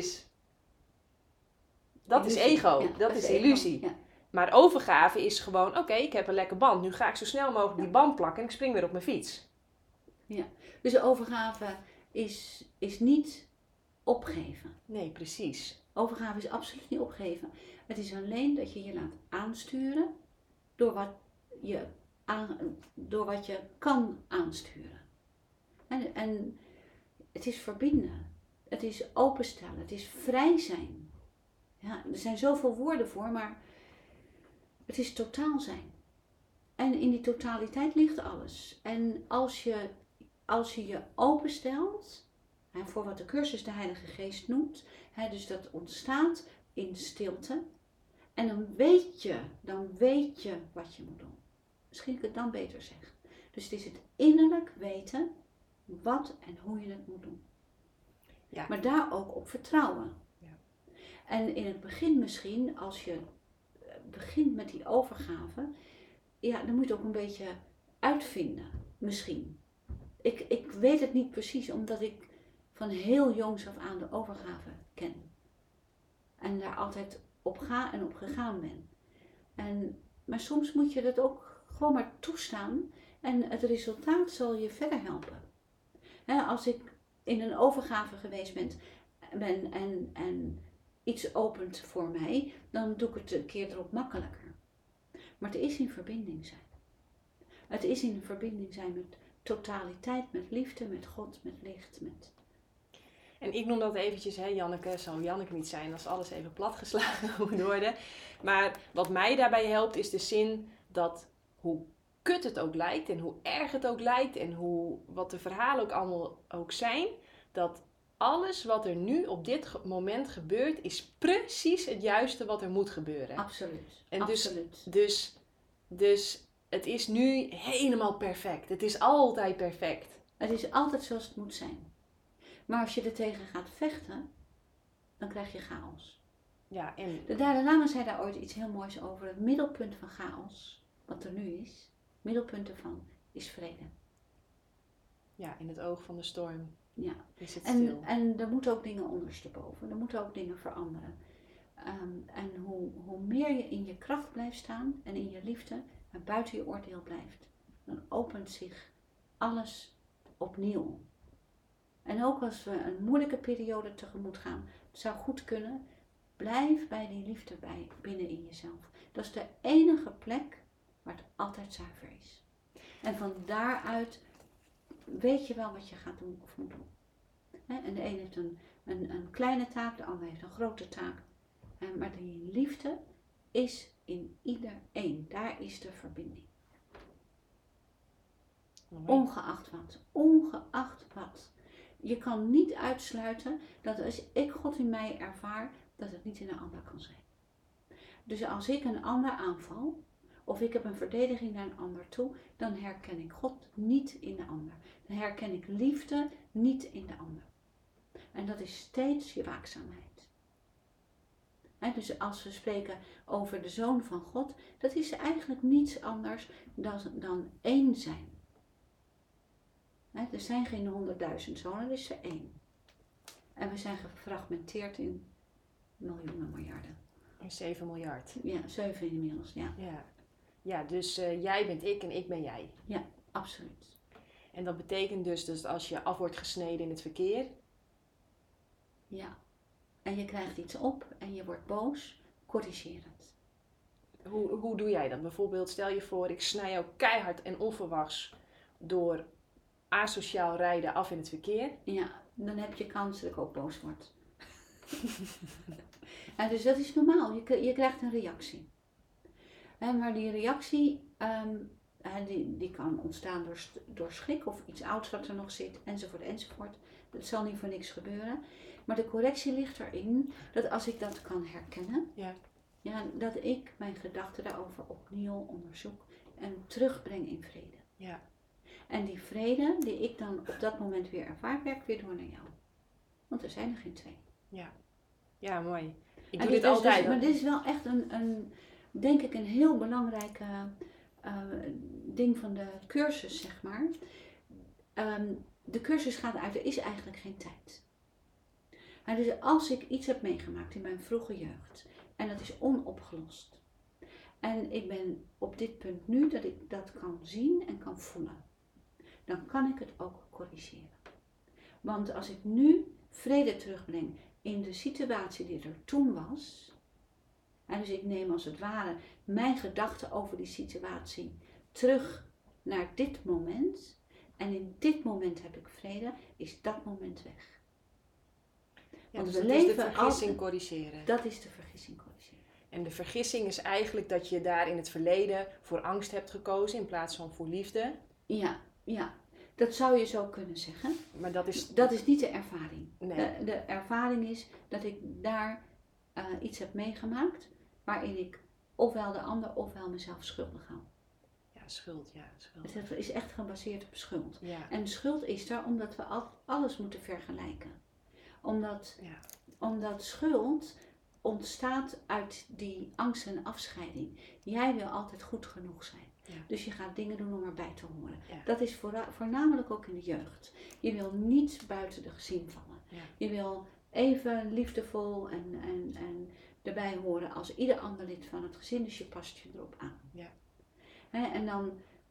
ego, Ja, dat is illusie. Ja. Maar overgave is gewoon, oké, ik heb een lekke band. Nu ga ik zo snel mogelijk die band plakken en ik spring weer op mijn fiets. Ja, dus de overgave is niet opgeven. Nee, precies. Overgave is absoluut niet opgeven. Het is alleen dat je je laat aansturen door wat je kan aansturen. En het is verbinden. Het is openstellen. Het is vrij zijn. Ja, er zijn zoveel woorden voor, maar het is totaal zijn. En in die totaliteit ligt alles. En als je je openstelt voor wat de cursus de Heilige Geest noemt, dus dat ontstaat in stilte. En dan weet je wat je moet doen. Misschien ik het dan beter zeg. Dus het is het innerlijk weten wat en hoe je het moet doen. Ja. Maar daar ook op vertrouwen. Ja. En in het begin misschien, als je begint met die overgave, ja, dan moet je ook een beetje uitvinden. Misschien. Ik weet het niet precies, omdat ik van heel jongs af aan de overgave ken. En daar altijd op ga en op gegaan ben. Maar soms moet je dat ook gewoon maar toestaan En het resultaat zal je verder helpen. Als ik in een overgave geweest ben en iets opent voor mij, dan doe ik het een keer erop makkelijker. Maar het is in verbinding zijn. Het is in verbinding zijn met totaliteit, met liefde, met God, met licht. En ik noem dat eventjes, Janneke, zou Janneke niet zijn als alles even platgeslagen moet worden. Maar wat mij daarbij helpt is de zin dat hoe kut het ook lijkt en hoe erg het ook lijkt en wat de verhalen ook allemaal ook zijn, dat alles wat er nu op dit moment gebeurt is precies het juiste wat er moet gebeuren. Absoluut. En absoluut. Dus het is nu helemaal perfect. Het is altijd perfect. Het is altijd zoals het moet zijn. Maar als je er tegen gaat vechten, dan krijg je chaos. Ja, en De Dalai Lama zei daar ooit iets heel moois over. Het middelpunt van chaos, wat er nu is, het middelpunt ervan is vrede. Ja, in het oog van de storm Ja. is het stil. En er moeten ook dingen ondersteboven. Er moeten ook dingen veranderen. En hoe meer je in je kracht blijft staan en in je liefde en buiten je oordeel blijft, dan opent zich alles opnieuw. En ook als we een moeilijke periode tegemoet gaan, het zou goed kunnen, blijf bij die liefde binnen in jezelf. Dat is de enige plek waar het altijd zuiver is. En van daaruit weet je wel wat je gaat doen of moet doen. En de een heeft een kleine taak, de ander heeft een grote taak. Maar die liefde is in iedereen. Daar is de verbinding. Ongeacht wat. Ongeacht wat. Je kan niet uitsluiten dat als ik God in mij ervaar, dat het niet in een ander kan zijn. Dus als ik een ander aanval, of ik heb een verdediging naar een ander toe, dan herken ik God niet in de ander. Dan herken ik liefde niet in de ander. En dat is steeds je waakzaamheid. Dus als we spreken over de Zoon van God, dat is eigenlijk niets anders dan één zijn. Er zijn geen 100.000 zonen, er is er één. En we zijn gefragmenteerd in miljoenen, miljarden. 7 miljard. Ja, 7 inmiddels, ja. Ja, dus jij bent ik en ik ben jij. Ja, absoluut. En dat betekent dus dat als je af wordt gesneden in het verkeer. Ja. En je krijgt iets op en je wordt boos, corrigeer het. Hoe doe jij dat? Bijvoorbeeld, stel je voor, ik snij jou keihard en onverwachts door asociaal rijden af in het verkeer. Ja, dan heb je kans dat ik ook boos word. En dus dat is normaal, je krijgt een reactie. Maar die reactie, die kan ontstaan door schrik of iets ouds wat er nog zit, enzovoort, enzovoort. Dat zal niet voor niks gebeuren. Maar de correctie ligt erin dat als ik dat kan herkennen, dat ik mijn gedachten daarover opnieuw onderzoek en terugbreng in vrede. Ja. En die vrede die ik dan op dat moment weer ervaar, werkt weer door naar jou. Want er zijn er geen twee. Ja, mooi. Ik doe dit altijd. Maar dit is wel echt denk ik een heel belangrijk ding van de cursus, zeg maar. De cursus gaat uit, er is eigenlijk geen tijd. Dus als ik iets heb meegemaakt in mijn vroege jeugd en dat is onopgelost. En ik ben op dit punt nu dat ik dat kan zien en kan voelen. Dan kan ik het ook corrigeren. Want als ik nu vrede terugbreng in de situatie die er toen was. En dus ik neem als het ware mijn gedachten over die situatie terug naar dit moment. En in dit moment heb ik vrede, is dat moment weg. Ja, want dus we leven is de vergissing corrigeren. Dat is de vergissing corrigeren. En de vergissing is eigenlijk dat je daar in het verleden voor angst hebt gekozen in plaats van voor liefde. Ja. Dat zou je zo kunnen zeggen. Maar dat is niet de ervaring. Nee. De ervaring is dat ik daar iets heb meegemaakt waarin ik ofwel de ander ofwel mezelf schuldig hou. Ja, schuld. Het is echt gebaseerd op schuld. Ja. En schuld is er omdat we alles moeten vergelijken. Omdat schuld ontstaat uit die angst en afscheiding. Jij wil altijd goed genoeg zijn. Ja. Dus je gaat dingen doen om erbij te horen. Ja. Dat is voornamelijk ook in de jeugd. Je wil niet buiten de gezin vallen. Ja. Je wil even liefdevol en erbij horen als ieder ander lid van het gezin. Dus je past je erop aan. Ja. En dan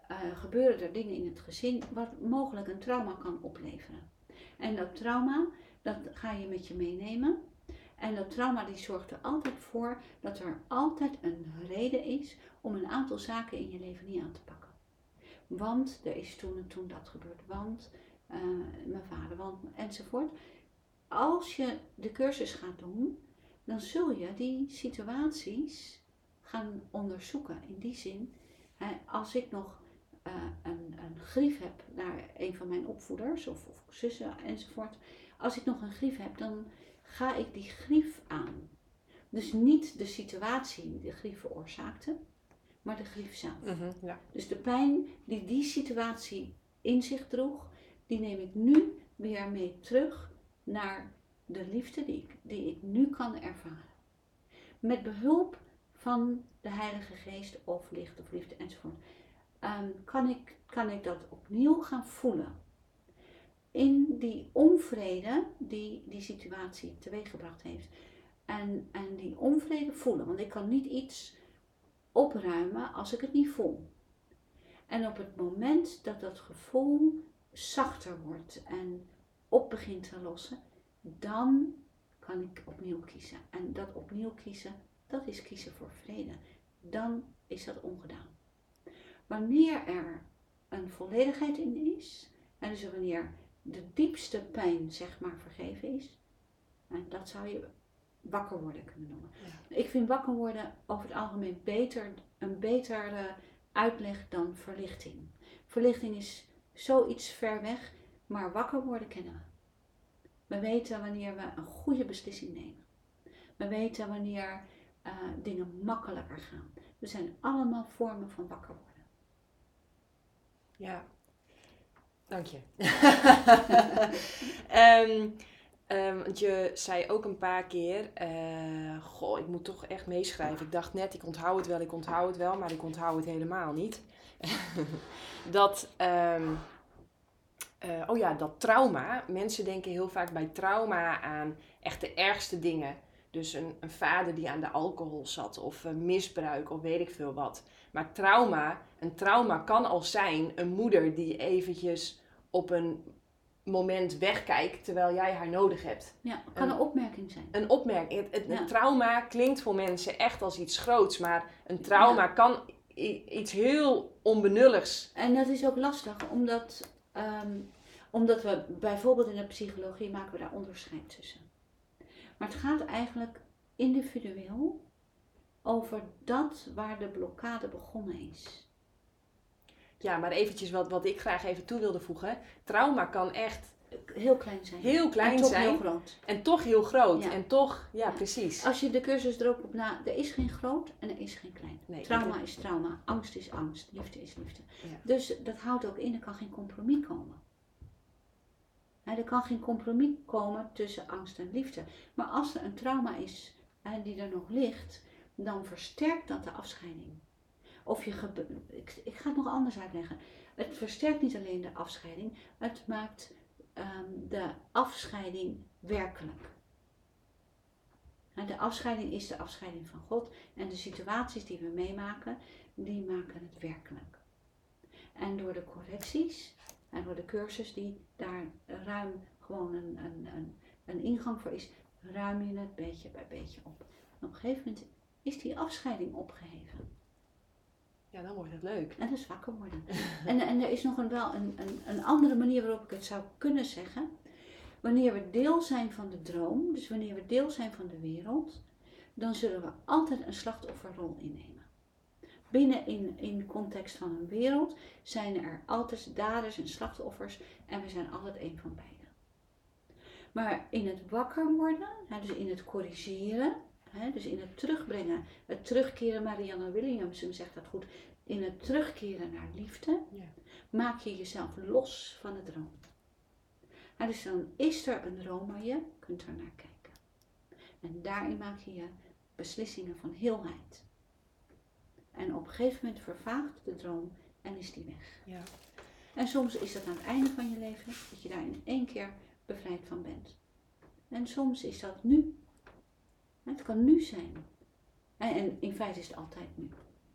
gebeuren er dingen in het gezin wat mogelijk een trauma kan opleveren. En dat trauma, dat ga je met je meenemen. En dat trauma die zorgt er altijd voor dat er altijd een reden is om een aantal zaken in je leven niet aan te pakken. Want er is toen en toen dat gebeurd, want mijn vader, want enzovoort. Als je de cursus gaat doen, dan zul je die situaties gaan onderzoeken. In die zin, als ik nog een grief heb naar een van mijn opvoeders of zussen enzovoort. Als ik nog een grief heb, dan ga ik die grief aan. Dus niet de situatie die de grief veroorzaakte, maar de grief zelf. Ja. Dus de pijn die die situatie in zich droeg, die neem ik nu weer mee terug naar de liefde die ik nu kan ervaren. Met behulp van de Heilige Geest of licht of liefde enzovoort. Kan ik dat opnieuw gaan voelen. In die onvrede die situatie teweeggebracht heeft. En die onvrede voelen. Want ik kan niet iets opruimen als ik het niet voel. En op het moment dat dat gevoel zachter wordt en op begint te lossen, dan kan ik opnieuw kiezen. En dat opnieuw kiezen, dat is kiezen voor vrede. Dan is dat ongedaan. Wanneer er een volledigheid in is, en dus wanneer de diepste pijn zeg maar vergeven is, en dat zou je wakker worden kunnen noemen. Ja. Ik vind wakker worden over het algemeen een betere uitleg dan verlichting. Verlichting is zoiets ver weg, maar wakker worden kennen we. We weten wanneer we een goede beslissing nemen. We weten wanneer dingen makkelijker gaan. We zijn allemaal vormen van wakker worden. Ja, dank je. Want je zei ook een paar keer, ik moet toch echt meeschrijven. Ik dacht net, ik onthoud het wel, maar ik onthoud het helemaal niet. Dat trauma, mensen denken heel vaak bij trauma aan echt de ergste dingen. Dus een vader die aan de alcohol zat of misbruik of weet ik veel wat. Maar een trauma kan al zijn een moeder die eventjes op een moment wegkijkt terwijl jij haar nodig hebt. Ja, het kan een opmerking zijn. Een opmerking. Een trauma klinkt voor mensen echt als iets groots, maar een trauma kan iets heel onbenulligs. En dat is ook lastig, omdat we bijvoorbeeld in de psychologie maken we daar onderscheid tussen. Maar het gaat eigenlijk individueel over dat waar de blokkade begonnen is. Ja, maar eventjes wat ik graag even toe wilde voegen. Trauma kan echt heel klein zijn. Heel klein en zijn. Heel groot. En toch heel groot. Ja. En toch, ja, precies. Als je de cursus er ook op na, er is geen groot en er is geen klein. Nee, trauma is trauma, angst is angst, liefde is liefde. Ja. Dus dat houdt ook in, er kan geen compromis komen. Er kan geen compromis komen tussen angst en liefde. Maar als er een trauma is die er nog ligt, dan versterkt dat de afscheiding. Ik ga het nog anders uitleggen. Het versterkt niet alleen de afscheiding, het maakt de afscheiding werkelijk. De afscheiding is de afscheiding van God en de situaties die we meemaken, die maken het werkelijk. En door de correcties en door de cursus die daar ruim gewoon een ingang voor is, ruim je het beetje bij beetje op. En op een gegeven moment is die afscheiding opgeheven. Ja, dan wordt het leuk. En dat is wakker worden. en er is nog wel een andere manier waarop ik het zou kunnen zeggen. Wanneer we deel zijn van de droom, dus wanneer we deel zijn van de wereld, dan zullen we altijd een slachtofferrol innemen. Binnen in de context van een wereld zijn er altijd daders en slachtoffers en we zijn altijd een van beiden. Maar in het wakker worden, dus in het corrigeren, dus in het terugbrengen, het terugkeren, Marianne Williamson zegt dat goed, in het terugkeren naar liefde, maak je jezelf los van de droom. Dus dan is er een droom, maar je kunt er naar kijken. En daarin maak je beslissingen van heelheid. En op een gegeven moment vervaagt de droom en is die weg. Ja. En soms is dat aan het einde van je leven, dat je daar in één keer bevrijd van bent. En soms is dat nu. Het kan nu zijn. En in feite is het altijd nu.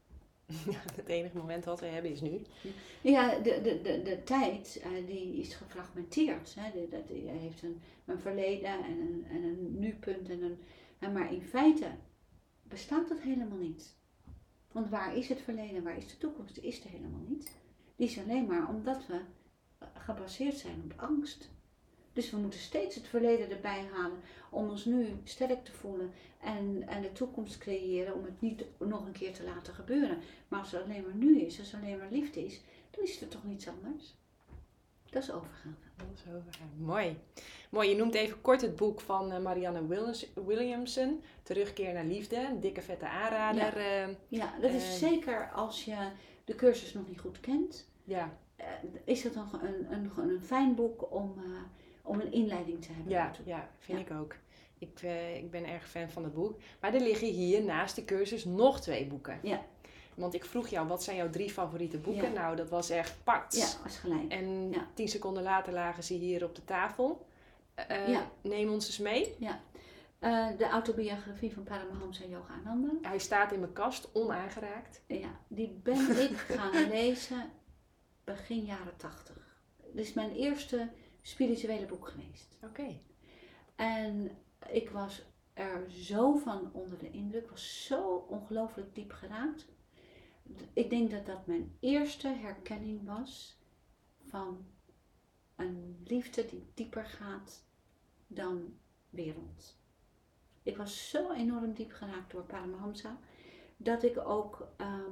Ja, het enige moment wat we hebben is nu. Ja, de tijd die is gefragmenteerd. Hè. Hij heeft een verleden en een nu-punt. Maar in feite bestaat dat helemaal niet. Want waar is het verleden, waar is de toekomst? Die is er helemaal niet. Die is alleen maar omdat we gebaseerd zijn op angst. Dus we moeten steeds het verleden erbij halen om ons nu sterk te voelen en de toekomst creëren om het niet nog een keer te laten gebeuren. Maar als het alleen maar nu is, als het alleen maar liefde is, dan is er toch niets anders. Dat is overgave. Mooi. Mooi, je noemt even kort het boek van Marianne Williamson, Terugkeer naar Liefde. Een dikke vette aanrader. Ja, dat is zeker als je de cursus nog niet goed kent. Ja. Is dat dan een fijn boek om een inleiding te hebben. Ja, vind ik ook. Ik ben erg fan van het boek. Maar er liggen hier naast de cursus nog 2 boeken. Ja. Want ik vroeg jou, wat zijn jouw 3 favoriete boeken? Ja. Nou, dat was echt pakt. Ja, was gelijk. En 10 seconden later lagen ze hier op de tafel. Neem ons eens mee. Ja. De autobiografie van Paramahamsa Yogananda. Hij staat in mijn kast, onaangeraakt. Ja, die ben ik gaan lezen begin jaren 80. Dit is mijn eerste spirituele boek geweest. Oké. En ik was er zo van onder de indruk. Ik was zo ongelooflijk diep geraakt. Ik denk dat dat mijn eerste herkenning was van een liefde die dieper gaat dan wereld. Ik was zo enorm diep geraakt door Paramahamsa dat ik ook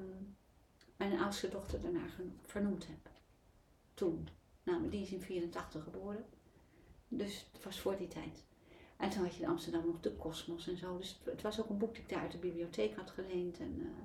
mijn oudste dochter daarna vernoemd heb. Toen. Nou, die is in 84 geboren. Dus het was voor die tijd. En toen had je in Amsterdam nog de Kosmos en zo. Dus het was ook een boek die ik daar uit de bibliotheek had geleend.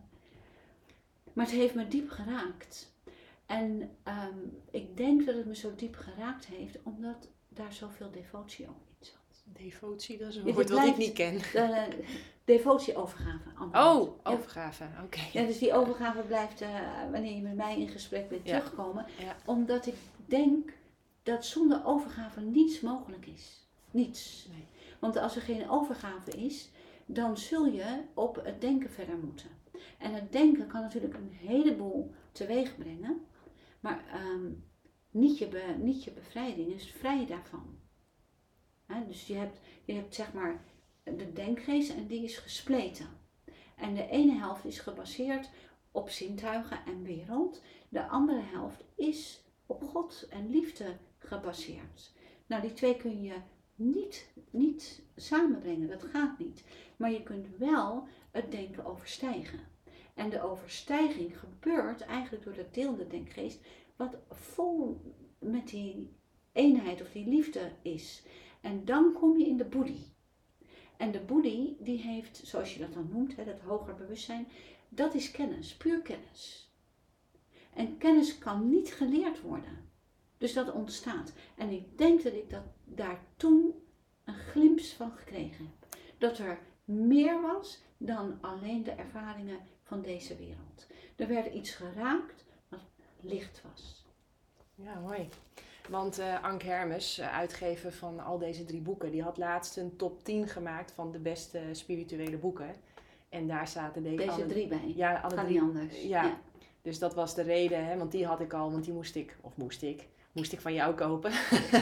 Maar het heeft me diep geraakt. En ik denk dat het me zo diep geraakt heeft omdat daar zoveel devotie ook in zat. Devotie, dat is een woord wat ik niet ken. Devotie, overgave. Overgave, oké. Ja, dus die overgave blijft wanneer je met mij in gesprek bent terugkomen. Ja. Omdat ik denk dat zonder overgave niets mogelijk is. Niets. Nee. Want als er geen overgave is, dan zul je op het denken verder moeten. En het denken kan natuurlijk een heleboel teweeg brengen. Maar niet je bevrijding is vrij daarvan. Dus je hebt zeg maar de denkgeest en die is gespleten. En de ene helft is gebaseerd op zintuigen en wereld. De andere helft is op God en liefde gebaseerd. Nou, die twee kun je niet samenbrengen, dat gaat niet. Maar je kunt wel het denken overstijgen. En de overstijging gebeurt eigenlijk door dat deel de denkgeest wat vol met die eenheid of die liefde is. En dan kom je in de boeddhi. En de boeddhi die heeft, zoals je dat dan noemt, dat hoger bewustzijn, dat is kennis, puur kennis. En kennis kan niet geleerd worden. Dus dat ontstaat. En ik denk dat ik daar toen een glimp van gekregen heb. Dat er meer was dan alleen de ervaringen van deze wereld. Er werd iets geraakt wat licht was. Ja, mooi. Want Ank Hermes, uitgever van al deze 3 boeken, die had laatst een top 10 gemaakt van de beste spirituele boeken. En daar zaten deze 3 bij. Ja, alle kan 3. Niet anders. Ja. Dus dat was de reden, hè, want die had ik al, want die moest ik van jou kopen.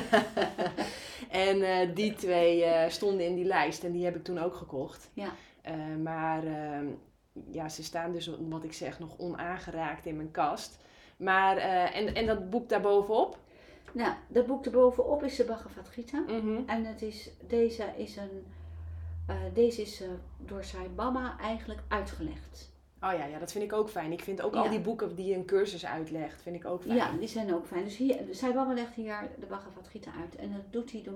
En die 2 stonden in die lijst en die heb ik toen ook gekocht. Ja. Maar ze staan dus, wat ik zeg, nog onaangeraakt in mijn kast. Maar, en dat boek daarbovenop? Nou, dat boek daarbovenop is de Bhagavad Gita. Mm-hmm. En deze is door Sai Baba eigenlijk uitgelegd. Oh ja, dat vind ik ook fijn. Ik vind ook al die boeken die een cursus uitlegt, vind ik ook fijn. Ja, die zijn ook fijn. Dus Sai Baba legt hier de Bhagavad Gita uit. En dat doet hij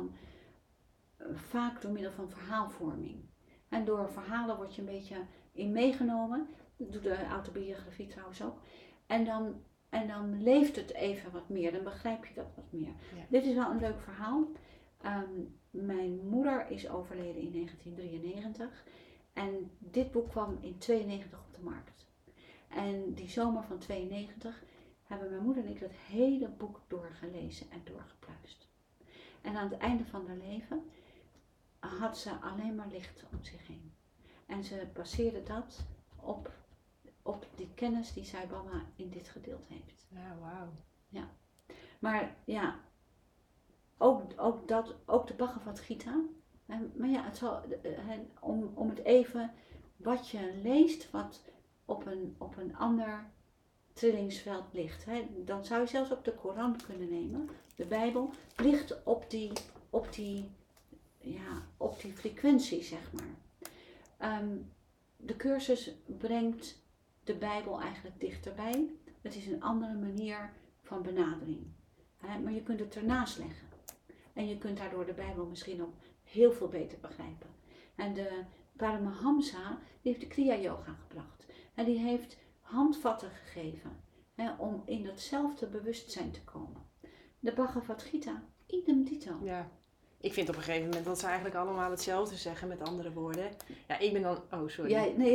vaak door middel van verhaalvorming. En door verhalen word je een beetje in meegenomen. Dat doet de autobiografie trouwens ook. En dan leeft het even wat meer. Dan begrijp je dat wat meer. Ja. Dit is wel een leuk verhaal. Mijn moeder is overleden in 1993. En dit boek kwam in 92 op de markt. En die zomer van 92 hebben mijn moeder en ik dat hele boek doorgelezen en doorgepluist. En aan het einde van haar leven had ze alleen maar licht om zich heen. En ze baseerde dat op op die kennis die Sai Baba in dit gedeeld heeft. Ja, wauw. Maar ja, ook de Bhagavad Gita. Maar ja, het zal, om het even, wat je leest, wat op een ander trillingsveld ligt. Dan zou je zelfs ook de Koran kunnen nemen. De Bijbel ligt op die frequentie, zeg maar. De cursus brengt de Bijbel eigenlijk dichterbij. Het is een andere manier van benadering. Maar je kunt het ernaast leggen. En je kunt daardoor de Bijbel misschien ook heel veel beter begrijpen. En de Paramahamsa, die heeft de Kriya Yoga gebracht. En die heeft handvatten gegeven om in datzelfde bewustzijn te komen. De Bhagavad Gita, idem dito. Ja. Ik vind op een gegeven moment dat ze eigenlijk allemaal hetzelfde zeggen met andere woorden. Ja, ik ben dan... Oh, sorry.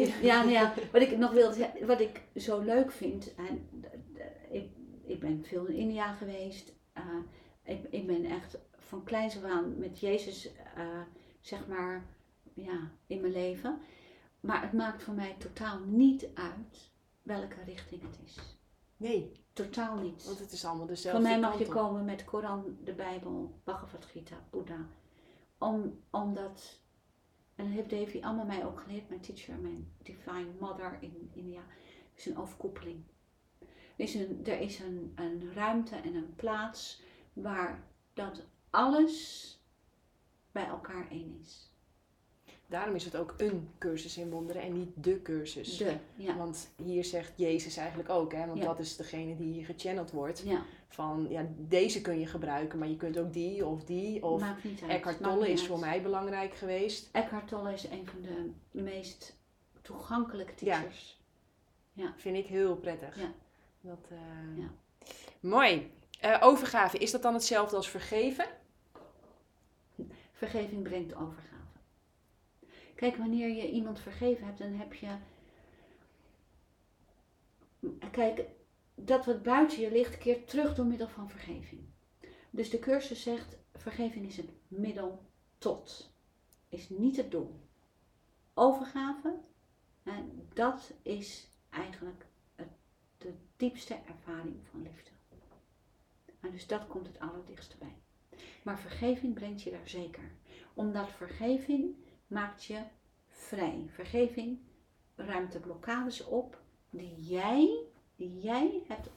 Wat ik zo leuk vind, ik ben veel in India geweest. Ik ben echt van kleins af aan met Jezus, zeg maar, ja, in mijn leven. Maar het maakt voor mij totaal niet uit welke richting het is. Nee. Totaal niet. Want het is allemaal dezelfde Van mij mag je kant op. komen met Koran, de Bijbel, Bhagavad Gita, Boeddha. Omdat, en dat heeft Devi allemaal mij ook geleerd, mijn teacher, mijn Divine Mother in India, is een overkoepeling. Er is een ruimte en een plaats waar dat alles bij elkaar één is. Daarom is het ook een cursus in wonderen en niet de cursus. Ja. Want hier zegt Jezus eigenlijk ook, hè? Want Ja. dat is degene die hier gechanneld wordt. Ja. Van, ja, deze kun je gebruiken, maar je kunt ook die of die. Of Maakt niet uit. Eckhart Maakt Tolle niet is uit. voor mij belangrijk geweest. Eckhart Tolle is een van de meest toegankelijke teachers. Vind ik heel prettig. Ja. Dat, Ja. Mooi. Overgave, is dat dan hetzelfde als vergeven? Vergeving brengt overgave. Kijk, wanneer je iemand vergeven hebt, dan heb je... Kijk, dat wat buiten je ligt, keert terug door middel van vergeving. Dus de cursus zegt, vergeving is het middel tot. Is niet het doel. Overgave, dat is eigenlijk de diepste ervaring van liefde. En dus dat komt het allerdichtst bij. Maar vergeving brengt je daar zeker. Omdat vergeving maakt je vrij. Vergeving ruimt de blokkades op die jij hebt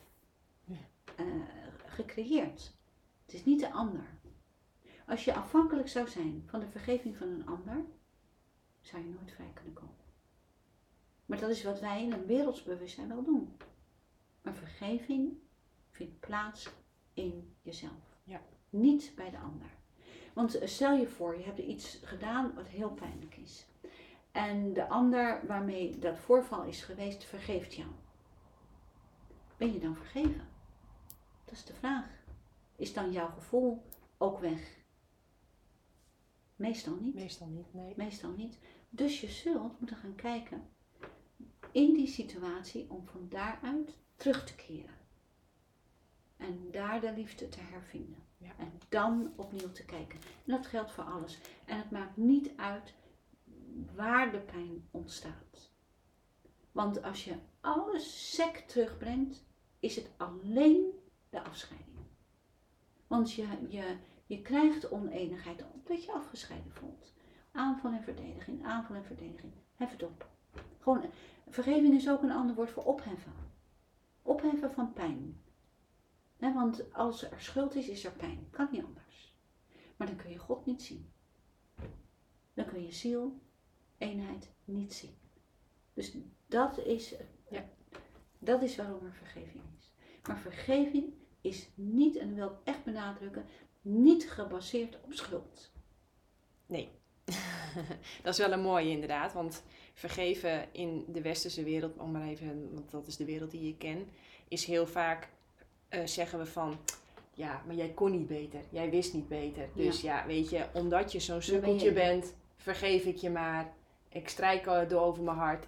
gecreëerd. Het is niet de ander. Als je afhankelijk zou zijn van de vergeving van een ander, zou je nooit vrij kunnen komen. Maar dat is wat wij in een wereldsbewustzijn wel doen. Maar vergeving vindt plaats in jezelf. Ja. Niet bij de ander. Want stel je voor, je hebt iets gedaan wat heel pijnlijk is. En de ander waarmee dat voorval is geweest, vergeeft jou. Ben je dan vergeven? Dat is de vraag. Is dan jouw gevoel ook weg? Meestal niet. Meestal niet, nee. Meestal niet. Dus je zult moeten gaan kijken in die situatie om van daaruit terug te keren. En daar de liefde te hervinden. Ja. En dan opnieuw te kijken. En dat geldt voor alles. En het maakt niet uit waar de pijn ontstaat. Want als je alles sec terugbrengt, is het alleen de afscheiding. Want je krijgt oneenigheid omdat je afgescheiden voelt. Aanval en verdediging, aanval en verdediging. Hef het op. Gewoon, vergeving is ook een ander woord voor opheffen. Opheffen van pijn. Want als er schuld is, is er pijn. Kan niet anders. Maar dan kun je God niet zien. Dan kun je ziel, eenheid niet zien. Dus dat is waarom er vergeving is. Maar vergeving is niet, en dat wil ik echt benadrukken, niet gebaseerd op schuld. Nee. Dat is wel een mooie inderdaad, want vergeven in de westerse wereld, om maar even, want dat is de wereld die ik ken, is heel vaak zeggen we van, ja, maar jij kon niet beter, jij wist niet beter. Dus ja, weet je, omdat je zo'n sukkeltje bent, vergeef ik je maar, ik strijk door over mijn hart,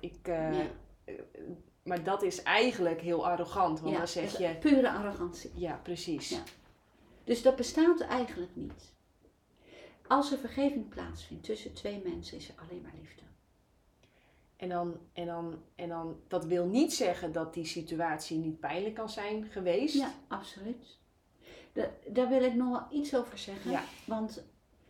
maar dat is eigenlijk heel arrogant, want dan zeg je... pure arrogantie. Ja, precies. Ja. Dus dat bestaat eigenlijk niet. Als er vergeving plaatsvindt tussen twee mensen, is er alleen maar liefde. En dan, dat wil niet zeggen dat die situatie niet pijnlijk kan zijn geweest. Ja, absoluut. Daar wil ik nog wel iets over zeggen. Ja. Want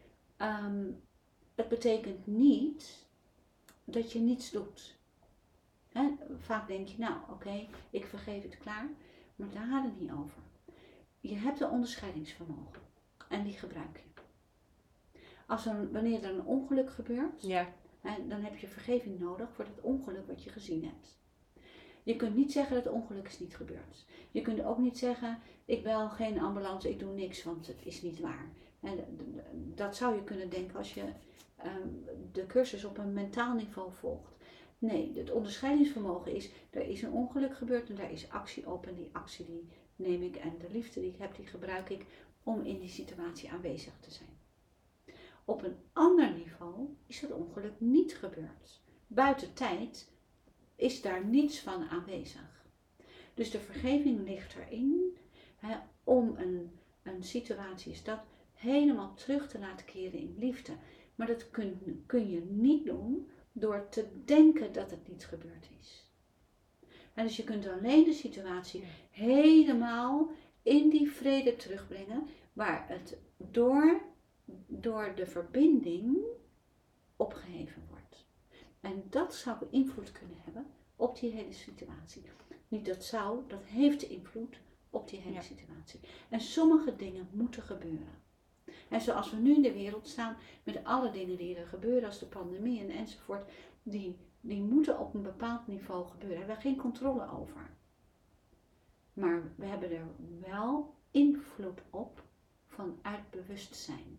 het betekent niet dat je niets doet. Hè? Vaak denk je, nou oké, ik vergeef het klaar. Maar daar gaat het niet over. Je hebt een onderscheidingsvermogen. En die gebruik je. Wanneer er een ongeluk gebeurt, dan heb je vergeving nodig voor het ongeluk wat je gezien hebt. Je kunt niet zeggen dat het ongeluk is niet gebeurd. Je kunt ook niet zeggen, ik bel geen ambulance, ik doe niks, want het is niet waar. Dat zou je kunnen denken als je de cursus op een mentaal niveau volgt. Nee, het onderscheidingsvermogen is, er is een ongeluk gebeurd en daar is actie op. En die actie die neem ik en de liefde die ik heb, die gebruik ik om in die situatie aanwezig te zijn. Op een ander niveau is het ongeluk niet gebeurd. Buiten tijd is daar niets van aanwezig. Dus de vergeving ligt erin om een situatie is dat helemaal terug te laten keren in liefde. Maar dat kun je niet doen door te denken dat het niet gebeurd is. En dus je kunt alleen de situatie helemaal in die vrede terugbrengen waar het door de verbinding opgeheven wordt. En dat zou invloed kunnen hebben op die hele situatie. Niet dat zou, dat heeft invloed op die hele situatie. En sommige dingen moeten gebeuren. En zoals we nu in de wereld staan, met alle dingen die er gebeuren, als de pandemie enzovoort, die moeten op een bepaald niveau gebeuren. Daar hebben we geen controle over. Maar we hebben er wel invloed op vanuit bewustzijn.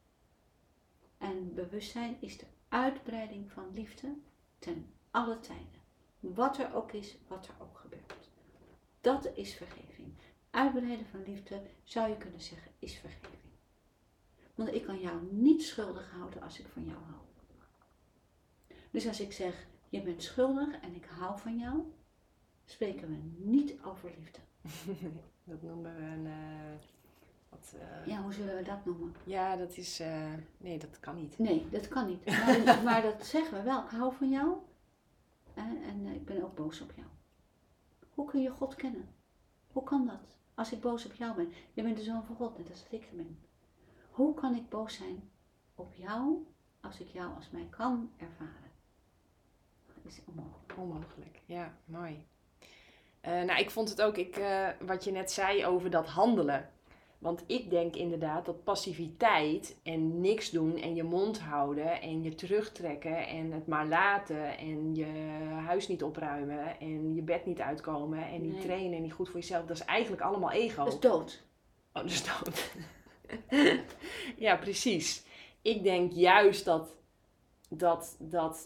En bewustzijn is de uitbreiding van liefde ten alle tijden. Wat er ook is, wat er ook gebeurt. Dat is vergeving. Uitbreiden van liefde, zou je kunnen zeggen, is vergeving. Want ik kan jou niet schuldig houden als ik van jou hou. Dus als ik zeg, je bent schuldig en ik hou van jou, spreken we niet over liefde. Dat noemen we een... Ja, hoe zullen we dat noemen? Ja, dat is... nee, dat kan niet. Nee, dat kan niet. Maar dat zeggen we wel. Ik hou van jou en ik ben ook boos op jou. Hoe kun je God kennen? Hoe kan dat? Als ik boos op jou ben. Je bent de zoon van God, net als dat ik er ben. Hoe kan ik boos zijn op jou als ik jou als mij kan ervaren? Dat is onmogelijk. Onmogelijk, ja, mooi. Nou, ik vond het ook, wat je net zei over dat handelen. Want ik denk inderdaad dat passiviteit en niks doen en je mond houden en je terugtrekken en het maar laten en je huis niet opruimen en je bed niet uitkomen en niet trainen en niet goed voor jezelf, dat is eigenlijk allemaal ego. Dat is dood. Oh, dat is dood. Ja, precies. Ik denk juist dat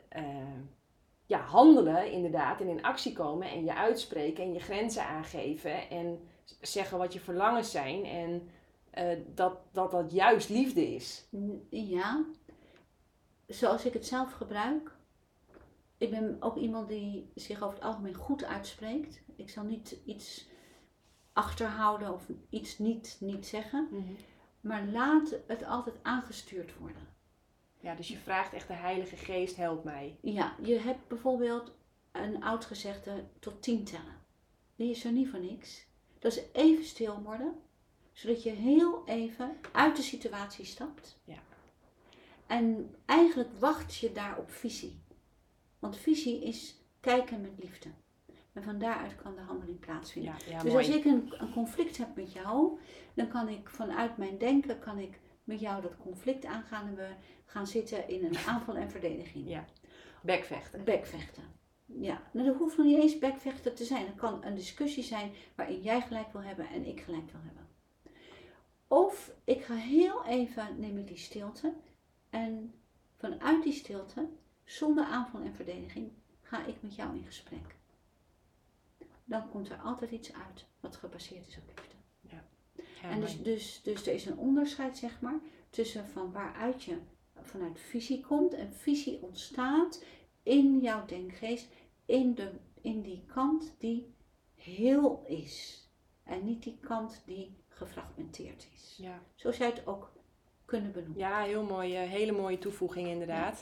handelen inderdaad en in actie komen en je uitspreken en je grenzen aangeven en zeggen wat je verlangens zijn en dat juist liefde is. Ja, zoals ik het zelf gebruik. Ik ben ook iemand die zich over het algemeen goed uitspreekt. Ik zal niet iets achterhouden of iets niet zeggen. Mm-hmm. Maar laat het altijd aangestuurd worden. Ja, dus je vraagt echt de Heilige Geest, help mij. Ja, je hebt bijvoorbeeld een oud gezegde tot 10 tellen. Die is er niet voor niks. Dat is even stil worden, zodat je heel even uit de situatie stapt. Ja. En eigenlijk wacht je daar op visie. Want visie is kijken met liefde. En van daaruit kan de handeling plaatsvinden. Ja, dus mooi. Als ik een conflict heb met jou, dan kan ik vanuit mijn denken met jou dat conflict aangaan en we gaan zitten in een aanval en verdediging. Ja, bekvechten. Bekvechten. Ja, nou, dat hoeft nog niet eens bekvechten te zijn. Het kan een discussie zijn waarin jij gelijk wil hebben en ik gelijk wil hebben. Of ik ga heel even, neem ik die stilte en vanuit die stilte, zonder aanval en verdediging, ga ik met jou in gesprek. Dan komt er altijd iets uit wat gebaseerd is op liefde. Ja. Ja, en dus er is een onderscheid, zeg maar, tussen van waaruit je vanuit visie komt. En visie ontstaat in jouw denkgeest, in die kant die heel is. En niet die kant die gefragmenteerd is. Ja. Zo zou je het ook kunnen benoemen. Ja, heel mooi, hele mooie toevoeging inderdaad.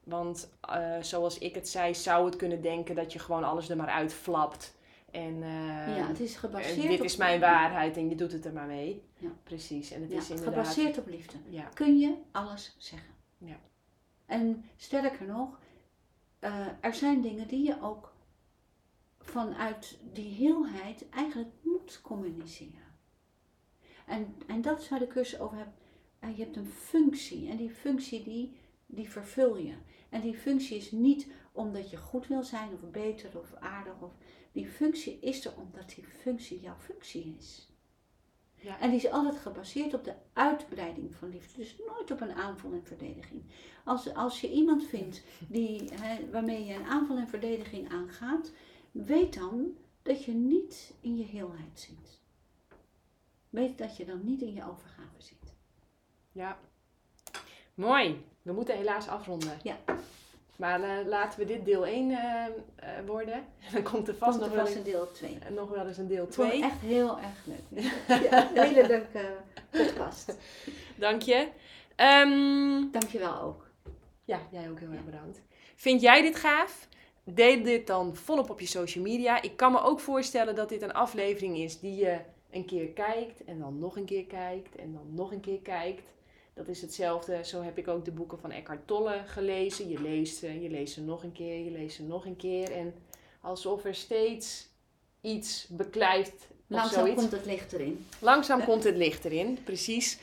Want zoals ik het zei, zou het kunnen denken dat je gewoon alles er maar uitflapt. En het is gebaseerd dit op... is mijn waarheid en je doet het er maar mee. Ja. Precies. En het Ja, is inderdaad... gebaseerd op liefde. Ja. Kun je alles zeggen. Ja. En sterker nog, er zijn dingen die je ook vanuit die heelheid eigenlijk moet communiceren. En dat is waar de cursus over hebt. Je hebt een functie en die functie die vervul je. En die functie is niet omdat je goed wil zijn of beter of aardig. Die functie is er omdat die functie jouw functie is. Ja. En die is altijd gebaseerd op de uitbreiding van liefde. Dus nooit op een aanval en verdediging. Als je iemand vindt waarmee je een aanval en verdediging aangaat, weet dan dat je niet in je heelheid zit. Weet dat je dan niet in je overgave zit. Ja. Mooi. We moeten helaas afronden. Ja. Maar laten we dit deel 1 worden. Dan komt er vast een deel 2. Nog wel eens een deel Ik vond 2. het echt heel erg leuk. Ja, een hele leuke podcast. Dank je. Dank je wel ook. Ja, jij ook heel erg bedankt. Vind jij dit gaaf? Deel dit dan volop op je social media. Ik kan me ook voorstellen dat dit een aflevering is die je een keer kijkt en dan nog een keer kijkt en dan nog een keer kijkt. Dat is hetzelfde. Zo heb ik ook de boeken van Eckhart Tolle gelezen. Je leest ze nog een keer, je leest ze nog een keer. En alsof er steeds iets beklijft. Langzaam komt het licht erin. Langzaam komt het licht erin, precies.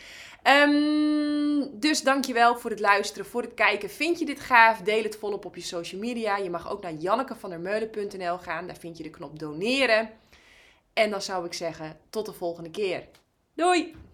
Dus dankjewel voor het luisteren, voor het kijken. Vind je dit gaaf? Deel het volop op je social media. Je mag ook naar jannekevandermeulen.nl gaan. Daar vind je de knop doneren. En dan zou ik zeggen, tot de volgende keer. Doei!